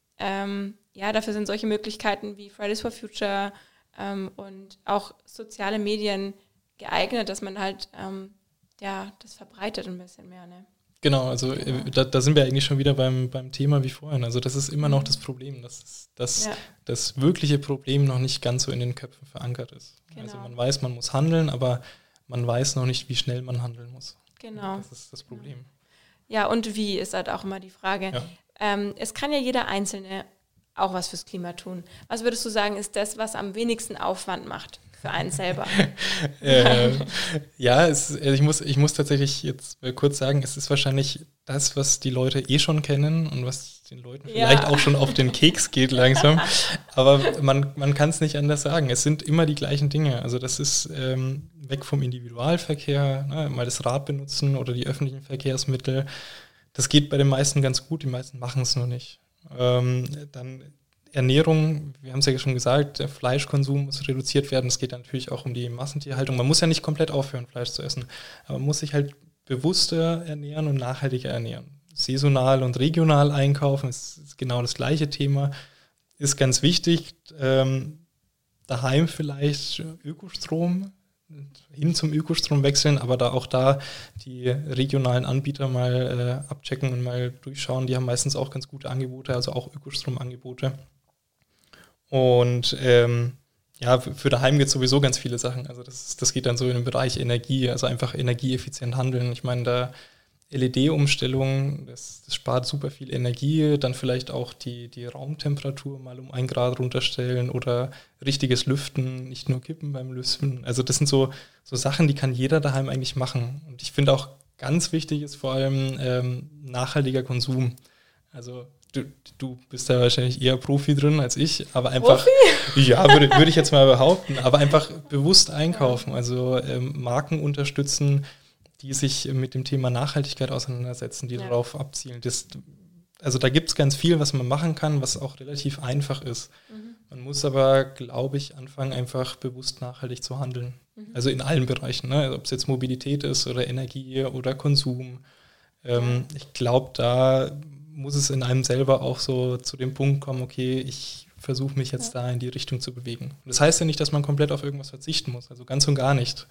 sind solche Möglichkeiten wie Fridays for Future und auch soziale Medien geeignet, dass man halt das verbreitet ein bisschen mehr. Ne? Genau, also da sind wir eigentlich schon wieder beim Thema wie vorhin. Also das ist immer noch das Problem, dass das wirkliche Problem noch nicht ganz so in den Köpfen verankert ist. Genau. Also man weiß, man muss handeln, aber man weiß noch nicht, wie schnell man handeln muss. Genau. Das ist das Problem. Ja, und wie ist halt auch immer die Frage. Ja. Es kann ja jeder Einzelne auch was fürs Klima tun. Was würdest du sagen, ist das, was am wenigsten Aufwand macht für einen selber? Ich muss tatsächlich jetzt kurz sagen, es ist wahrscheinlich das, was die Leute schon kennen und was den Leuten vielleicht auch schon auf den Keks geht langsam. Aber man kann es nicht anders sagen. Es sind immer die gleichen Dinge. Also das ist weg vom Individualverkehr, ne, mal das Rad benutzen oder die öffentlichen Verkehrsmittel. Das geht bei den meisten ganz gut, die meisten machen es nur nicht. Dann Ernährung, wir haben es ja schon gesagt, der Fleischkonsum muss reduziert werden. Es geht natürlich auch um die Massentierhaltung. Man muss ja nicht komplett aufhören, Fleisch zu essen, aber man muss sich halt bewusster ernähren und nachhaltiger ernähren. Saisonal und regional einkaufen ist genau das gleiche Thema. Ist ganz wichtig, daheim vielleicht Ökostrom, hin zum Ökostrom wechseln, aber da die regionalen Anbieter mal abchecken und mal durchschauen. Die haben meistens auch ganz gute Angebote, also auch Ökostromangebote. Und für daheim gibt es sowieso ganz viele Sachen. Also das geht dann so in den Bereich Energie, also einfach energieeffizient handeln. Ich meine, da LED-Umstellung, das spart super viel Energie, dann vielleicht auch die Raumtemperatur mal um 1 Grad runterstellen oder richtiges Lüften, nicht nur kippen beim Lüften. Also das sind so Sachen, die kann jeder daheim eigentlich machen. Und ich finde auch ganz wichtig ist vor allem nachhaltiger Konsum. Also du bist da wahrscheinlich eher Profi drin als ich, aber einfach, Profi? Ja, würde ich jetzt mal behaupten, aber einfach bewusst einkaufen, also Marken unterstützen, die sich mit dem Thema Nachhaltigkeit auseinandersetzen, die darauf abzielen. Also da gibt es ganz viel, was man machen kann, was auch relativ einfach ist. Man muss aber, glaube ich, anfangen, einfach bewusst nachhaltig zu handeln. Also in allen Bereichen, ne? Ob es jetzt Mobilität ist oder Energie oder Konsum. Ich glaube, da muss es in einem selber auch so zu dem Punkt kommen, okay, ich versuche mich jetzt da in die Richtung zu bewegen. Und das heißt ja nicht, dass man komplett auf irgendwas verzichten muss, also ganz und gar nicht.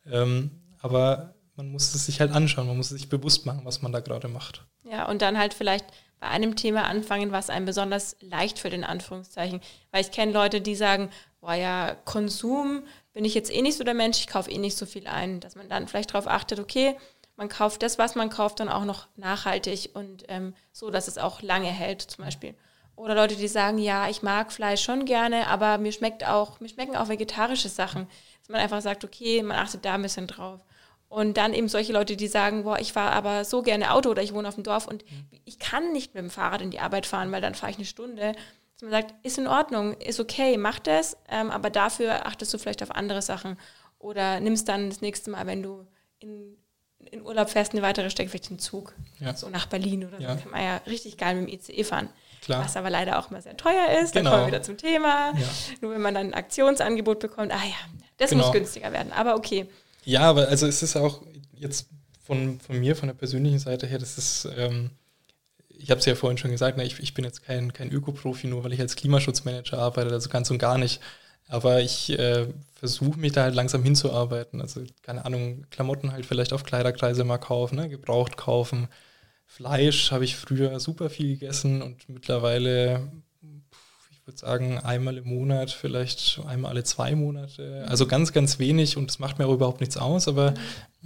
Aber man muss es sich halt anschauen, man muss es sich bewusst machen, was man da gerade macht. Ja, und dann halt vielleicht bei einem Thema anfangen, was einem besonders leicht fällt, in Anführungszeichen. Weil ich kenne Leute, die sagen, boah ja, Konsum bin ich jetzt eh nicht so der Mensch, ich kaufe eh nicht so viel ein. Dass man dann vielleicht darauf achtet, okay, man kauft das, was man kauft, dann auch noch nachhaltig und so, dass es auch lange hält zum Beispiel. Oder Leute, die sagen, ja, ich mag Fleisch schon gerne, aber mir schmecken auch vegetarische Sachen. Dass man einfach sagt, okay, man achtet da ein bisschen drauf. Und dann eben solche Leute, die sagen, boah, ich fahre aber so gerne Auto oder ich wohne auf dem Dorf und ich kann nicht mit dem Fahrrad in die Arbeit fahren, weil dann fahre ich eine Stunde. Dass man sagt, ist in Ordnung, ist okay, mach das, aber dafür achtest du vielleicht auf andere Sachen. Oder nimmst dann das nächste Mal, wenn du in Urlaub fährst, eine weitere Strecke, vielleicht den Zug, so nach Berlin oder so, kann man ja richtig geil mit dem ICE fahren. Klar. Was aber leider auch mal sehr teuer ist, Genau. Dann kommen wir wieder zum Thema. Ja. Nur wenn man dann ein Aktionsangebot bekommt, das muss günstiger werden, aber okay. Ja, aber also es ist auch jetzt von mir, von der persönlichen Seite her, das ist, ich habe es ja vorhin schon gesagt, ich bin jetzt kein Ökoprofi, nur weil ich als Klimaschutzmanager arbeite, also ganz und gar nicht. Aber ich versuche mich da halt langsam hinzuarbeiten. Also, keine Ahnung, Klamotten halt vielleicht auf Kleiderkreise mal kaufen, ne? Gebraucht kaufen. Fleisch habe ich früher super viel gegessen und mittlerweile, ich würde sagen, einmal im Monat, vielleicht einmal alle 2 Monate. Also ganz, ganz wenig und das macht mir auch überhaupt nichts aus, aber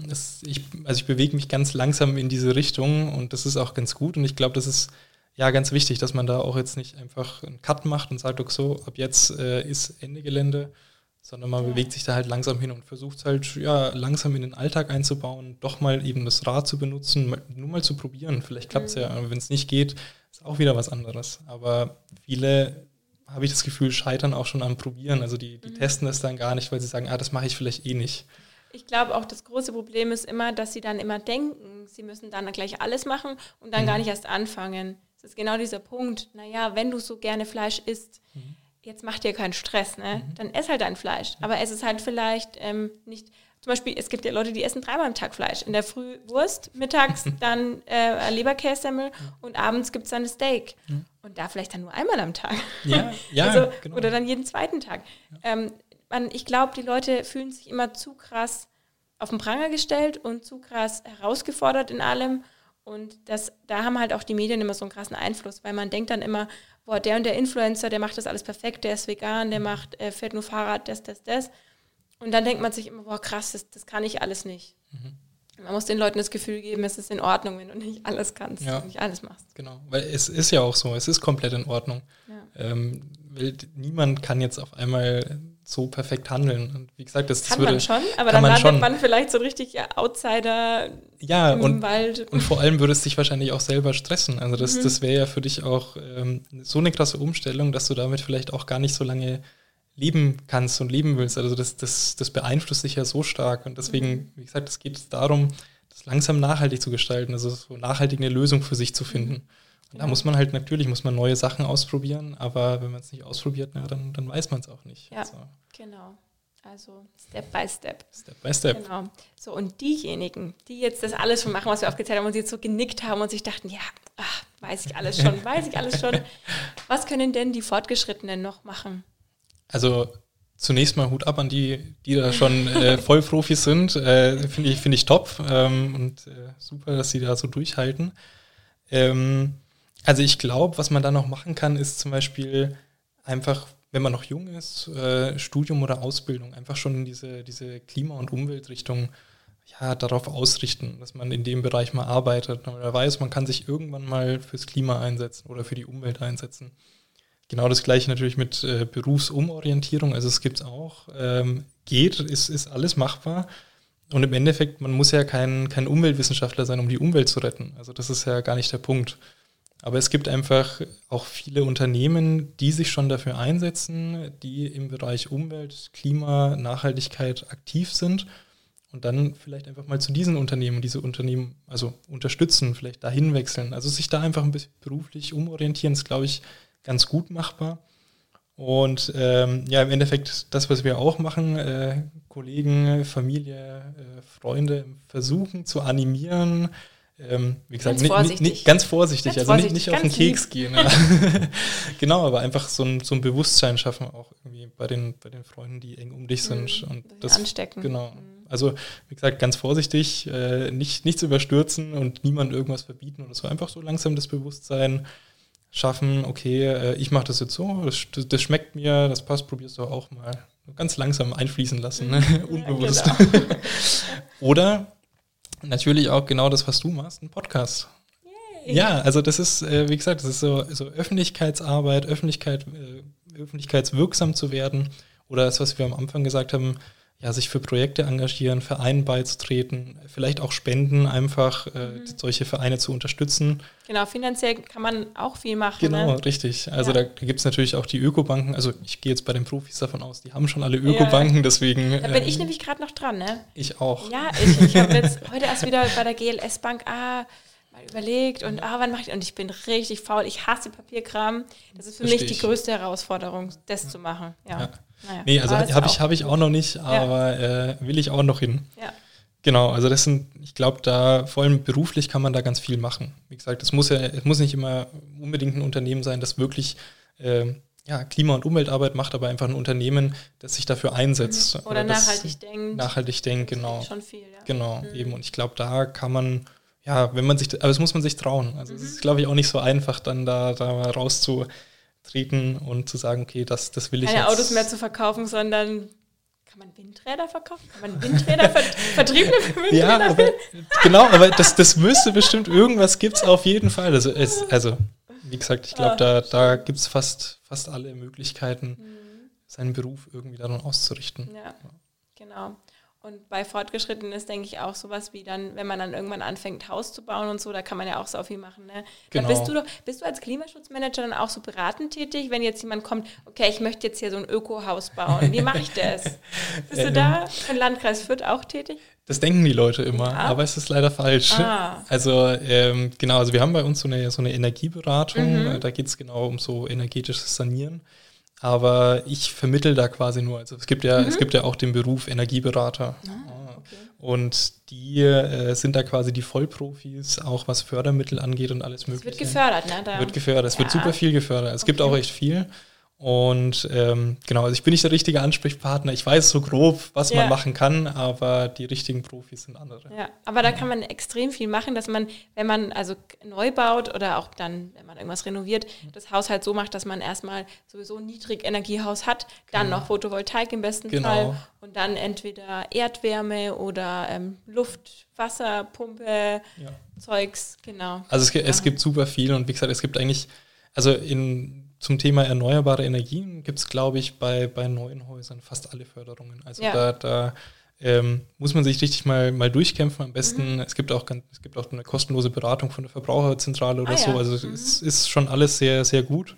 ich bewege mich ganz langsam in diese Richtung und das ist auch ganz gut und ich glaube, das ist ja ganz wichtig, dass man da auch jetzt nicht einfach einen Cut macht und sagt, okay, so, ab jetzt ist Ende Gelände, sondern man bewegt sich da halt langsam hin und versucht es halt langsam in den Alltag einzubauen, doch mal eben das Rad zu benutzen, nur mal zu probieren. Vielleicht klappt es ja, aber wenn es nicht geht, ist auch wieder was anderes. Aber viele, habe ich das Gefühl, scheitern auch schon am Probieren. Also die testen das dann gar nicht, weil sie sagen, das mache ich vielleicht eh nicht. Ich glaube auch, das große Problem ist immer, dass sie dann immer denken, sie müssen dann gleich alles machen und dann gar nicht erst anfangen. Das ist genau dieser Punkt. Naja, wenn du so gerne Fleisch isst, jetzt mach dir keinen Stress, ne? Dann ess halt dein Fleisch. Aber es ist halt vielleicht nicht, zum Beispiel, es gibt ja Leute, die essen 3-mal am Tag Fleisch. In der Früh Wurst, mittags dann Leberkässemmel und abends gibt es dann ein Steak. Und da vielleicht dann nur einmal am Tag. Ja, also, genau. Oder dann jeden zweiten Tag. Ja. Ich glaube, die Leute fühlen sich immer zu krass auf den Pranger gestellt und zu krass herausgefordert in allem. Und da haben halt auch die Medien immer so einen krassen Einfluss, weil man denkt dann immer, boah, der und der Influencer, der macht das alles perfekt, der ist vegan, der fährt nur Fahrrad, das. Und dann denkt man sich immer, boah, krass, das kann ich alles nicht. Man muss den Leuten das Gefühl geben, es ist in Ordnung, wenn du nicht alles kannst, nicht alles machst. Genau, weil es ist ja auch so, es ist komplett in Ordnung. Ja. Weil niemand kann jetzt auf einmal so perfekt handeln. Und wie gesagt, das kann man schon, aber dann landet man vielleicht so ein richtig Outsider im Wald. Und vor allem würde es dich wahrscheinlich auch selber stressen. Also das wäre ja für dich auch so eine krasse Umstellung, dass du damit vielleicht auch gar nicht so lange leben kannst und leben willst. Also das beeinflusst dich ja so stark. Und deswegen, wie gesagt, es geht darum, das langsam nachhaltig zu gestalten, also so nachhaltig eine Lösung für sich zu finden. Und da muss man halt natürlich neue Sachen ausprobieren, aber wenn man es nicht ausprobiert, dann weiß man es auch nicht. Ja, genau. Also Step by Step. Step by Step. Genau. So, und diejenigen, die jetzt das alles schon machen, was wir aufgezählt haben und sie jetzt so genickt haben und sich dachten, weiß ich alles schon. Was können denn die Fortgeschrittenen noch machen? Also zunächst mal Hut ab an die da schon Vollprofis sind. Finde ich top und super, dass sie da so durchhalten. Also ich glaube, was man da noch machen kann, ist zum Beispiel einfach, wenn man noch jung ist, Studium oder Ausbildung, einfach schon in diese Klima- und Umweltrichtung darauf ausrichten, dass man in dem Bereich mal arbeitet. Und man weiß, man kann sich irgendwann mal fürs Klima einsetzen oder für die Umwelt einsetzen. Genau das Gleiche natürlich mit Berufsumorientierung, also es gibt es auch. Ist alles machbar. Und im Endeffekt, man muss ja kein Umweltwissenschaftler sein, um die Umwelt zu retten. Also das ist ja gar nicht der Punkt. Aber es gibt einfach auch viele Unternehmen, die sich schon dafür einsetzen, die im Bereich Umwelt, Klima, Nachhaltigkeit aktiv sind und dann vielleicht einfach mal zu diesen Unternehmen, diese Unternehmen also unterstützen, vielleicht dahin wechseln. Also sich da einfach ein bisschen beruflich umorientieren, ist, glaube ich, ganz gut machbar. Und ja, im Endeffekt das, was wir auch machen, Kollegen, Familie, Freunde versuchen zu animieren. Wie gesagt, ganz vorsichtig, also nicht auf den Keks gehen. Ja. Genau, aber einfach so ein Bewusstsein schaffen, auch irgendwie bei den Freunden, die eng um dich sind. Und das anstecken. Genau. Also, wie gesagt, ganz vorsichtig, nichts überstürzen und niemandem irgendwas verbieten oder so. Einfach so langsam das Bewusstsein schaffen, okay, ich mache das jetzt so, das schmeckt mir, das passt, probier's doch auch mal. Ganz langsam einfließen lassen, ne? Unbewusst. Ja, genau. Oder natürlich auch genau das, was du machst, ein Podcast. Yay. Ja, also das ist, wie gesagt, das ist so Öffentlichkeitsarbeit, öffentlichkeitswirksam zu werden. Oder das, was wir am Anfang gesagt haben, ja, sich für Projekte engagieren, Vereinen beizutreten, vielleicht auch spenden, einfach solche Vereine zu unterstützen. Genau, finanziell kann man auch viel machen. Genau, ne? Richtig. Also da gibt es natürlich auch die Ökobanken. Also ich gehe jetzt bei den Profis davon aus, die haben schon alle Ökobanken, deswegen... Da bin ich nämlich gerade noch dran, ne? Ich auch. Ja, ich habe jetzt heute erst wieder bei der GLS-Bank mal überlegt und wann mache ich... Und ich bin richtig faul, ich hasse Papierkram. Das ist für mich die größte Herausforderung, das zu machen. Ja. Naja, nee, also habe ich auch noch nicht, aber will ich auch noch hin. Ja. Genau, also das sind, ich glaube, da vor allem beruflich kann man da ganz viel machen. Wie gesagt, es muss nicht immer unbedingt ein Unternehmen sein, das wirklich Klima- und Umweltarbeit macht, aber einfach ein Unternehmen, das sich dafür einsetzt. Oder nachhaltig denkt. Nachhaltig denkt, genau. Das ist schon viel, ja. Genau, eben. Und ich glaube, da kann man, ja, aber das muss man sich trauen. Also es ist, glaube ich, auch nicht so einfach, dann da mal rauszutreten und zu sagen, okay, das will ich Keine jetzt. Autos mehr zu verkaufen, sondern kann man Windräder verkaufen? Kann man Windräder vertriebene Windräder? Ja, aber das müsste bestimmt, irgendwas gibt es auf jeden Fall. Also wie gesagt, ich glaube, da gibt es fast alle Möglichkeiten, seinen Beruf irgendwie daran auszurichten. Ja, genau. Und bei Fortgeschrittenen ist, denke ich, auch sowas wie dann, wenn man dann irgendwann anfängt, Haus zu bauen und so, da kann man ja auch so viel machen. Ne? Genau. Bist du als Klimaschutzmanager dann auch so beratend tätig, wenn jetzt jemand kommt, okay, ich möchte jetzt hier so ein Ökohaus bauen, wie mache ich das? Bist du da für den Landkreis Fürth auch tätig? Das denken die Leute immer, aber es ist leider falsch. Also genau, also wir haben bei uns so eine Energieberatung, da geht es genau um so energetisches Sanieren. Aber ich vermittle da quasi nur. Also es gibt ja auch den Beruf Energieberater. Okay. Und die sind da quasi die Vollprofis, auch was Fördermittel angeht und alles Mögliche. Es wird gefördert, ne? Es wird super viel gefördert. Es gibt auch echt viel. Und genau, also ich bin nicht der richtige Ansprechpartner. Ich weiß so grob, was man machen kann, aber die richtigen Profis sind andere. Ja, aber da kann man extrem viel machen, dass man, wenn man also neu baut oder auch dann, wenn man irgendwas renoviert, das Haus halt so macht, dass man erstmal sowieso ein Niedrigenergiehaus hat, dann noch Photovoltaik im besten Fall und dann entweder Erdwärme oder Luft, Wasserpumpe, Zeugs, genau. Also es gibt super viel und wie gesagt, es gibt eigentlich, also zum Thema erneuerbare Energien gibt es, glaube ich, bei neuen Häusern fast alle Förderungen. Also da muss man sich richtig mal durchkämpfen. Am besten, es gibt auch eine kostenlose Beratung von der Verbraucherzentrale oder so. Also es ist schon alles sehr, sehr gut.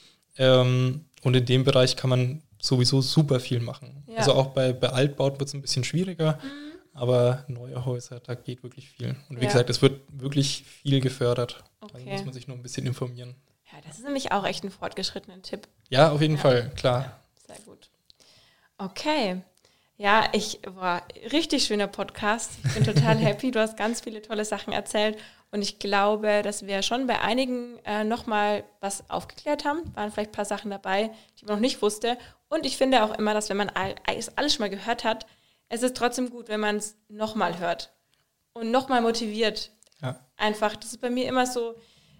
Und in dem Bereich kann man sowieso super viel machen. Ja. Also auch bei Altbauten wird es ein bisschen schwieriger, aber neue Häuser, da geht wirklich viel. Und wie gesagt, es wird wirklich viel gefördert. Okay. Also muss man sich nur ein bisschen informieren. Ja, das ist nämlich auch echt ein fortgeschrittenen Tipp. Ja, auf jeden Fall, klar. Ja, sehr gut. Okay. Ja, war richtig schöner Podcast. Ich bin total happy. Du hast ganz viele tolle Sachen erzählt. Und ich glaube, dass wir schon bei einigen nochmal was aufgeklärt haben. Waren vielleicht ein paar Sachen dabei, die man noch nicht wusste. Und ich finde auch immer, dass wenn man alles schon mal gehört hat, es ist trotzdem gut, wenn man es nochmal hört. Und nochmal motiviert. Ja. Einfach, das ist bei mir immer so,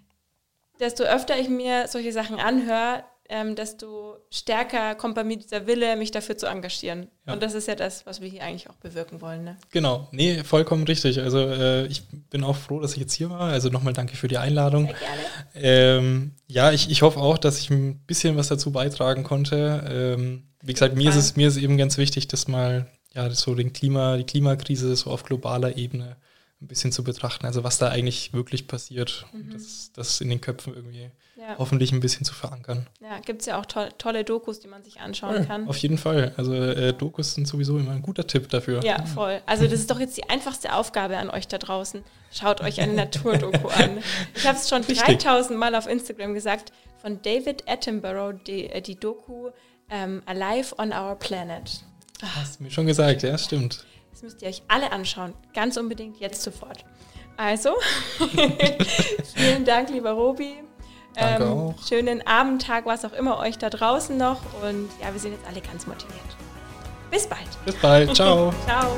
desto öfter ich mir solche Sachen anhöre, desto stärker kommt bei mir dieser Wille, mich dafür zu engagieren. Ja. Und das ist ja das, was wir hier eigentlich auch bewirken wollen. Ne? Genau, nee, vollkommen richtig. Also ich bin auch froh, dass ich jetzt hier war. Also nochmal danke für die Einladung. Sehr gerne. Ja, ich hoffe auch, dass ich ein bisschen was dazu beitragen konnte. Wie gesagt, mir ist es eben ganz wichtig, dass mal so die Klimakrise so auf globaler Ebene ein ein bisschen zu betrachten, also was da eigentlich wirklich passiert, das in den Köpfen irgendwie hoffentlich ein bisschen zu verankern. Ja, gibt es ja auch tolle Dokus, die man sich anschauen kann. Auf jeden Fall, also Dokus sind sowieso immer ein guter Tipp dafür. Ja, voll. Also das ist doch jetzt die einfachste Aufgabe an euch da draußen. Schaut euch eine Naturdoku an. Ich habe es schon 3000 Mal auf Instagram gesagt, von David Attenborough, die Doku Alive on Our Planet. Hast du mir schon gesagt, ja, stimmt. Das müsst ihr euch alle anschauen, ganz unbedingt jetzt sofort. Also, vielen Dank, lieber Robi. Danke auch. Schönen Abendtag, was auch immer euch da draußen noch. Und ja, wir sind jetzt alle ganz motiviert. Bis bald. Bis bald. Ciao. Ciao.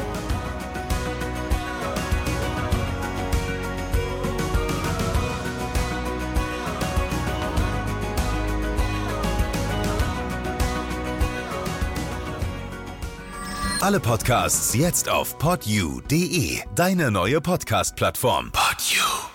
Alle Podcasts jetzt auf podyou.de, deine neue Podcast-Plattform. Podyou.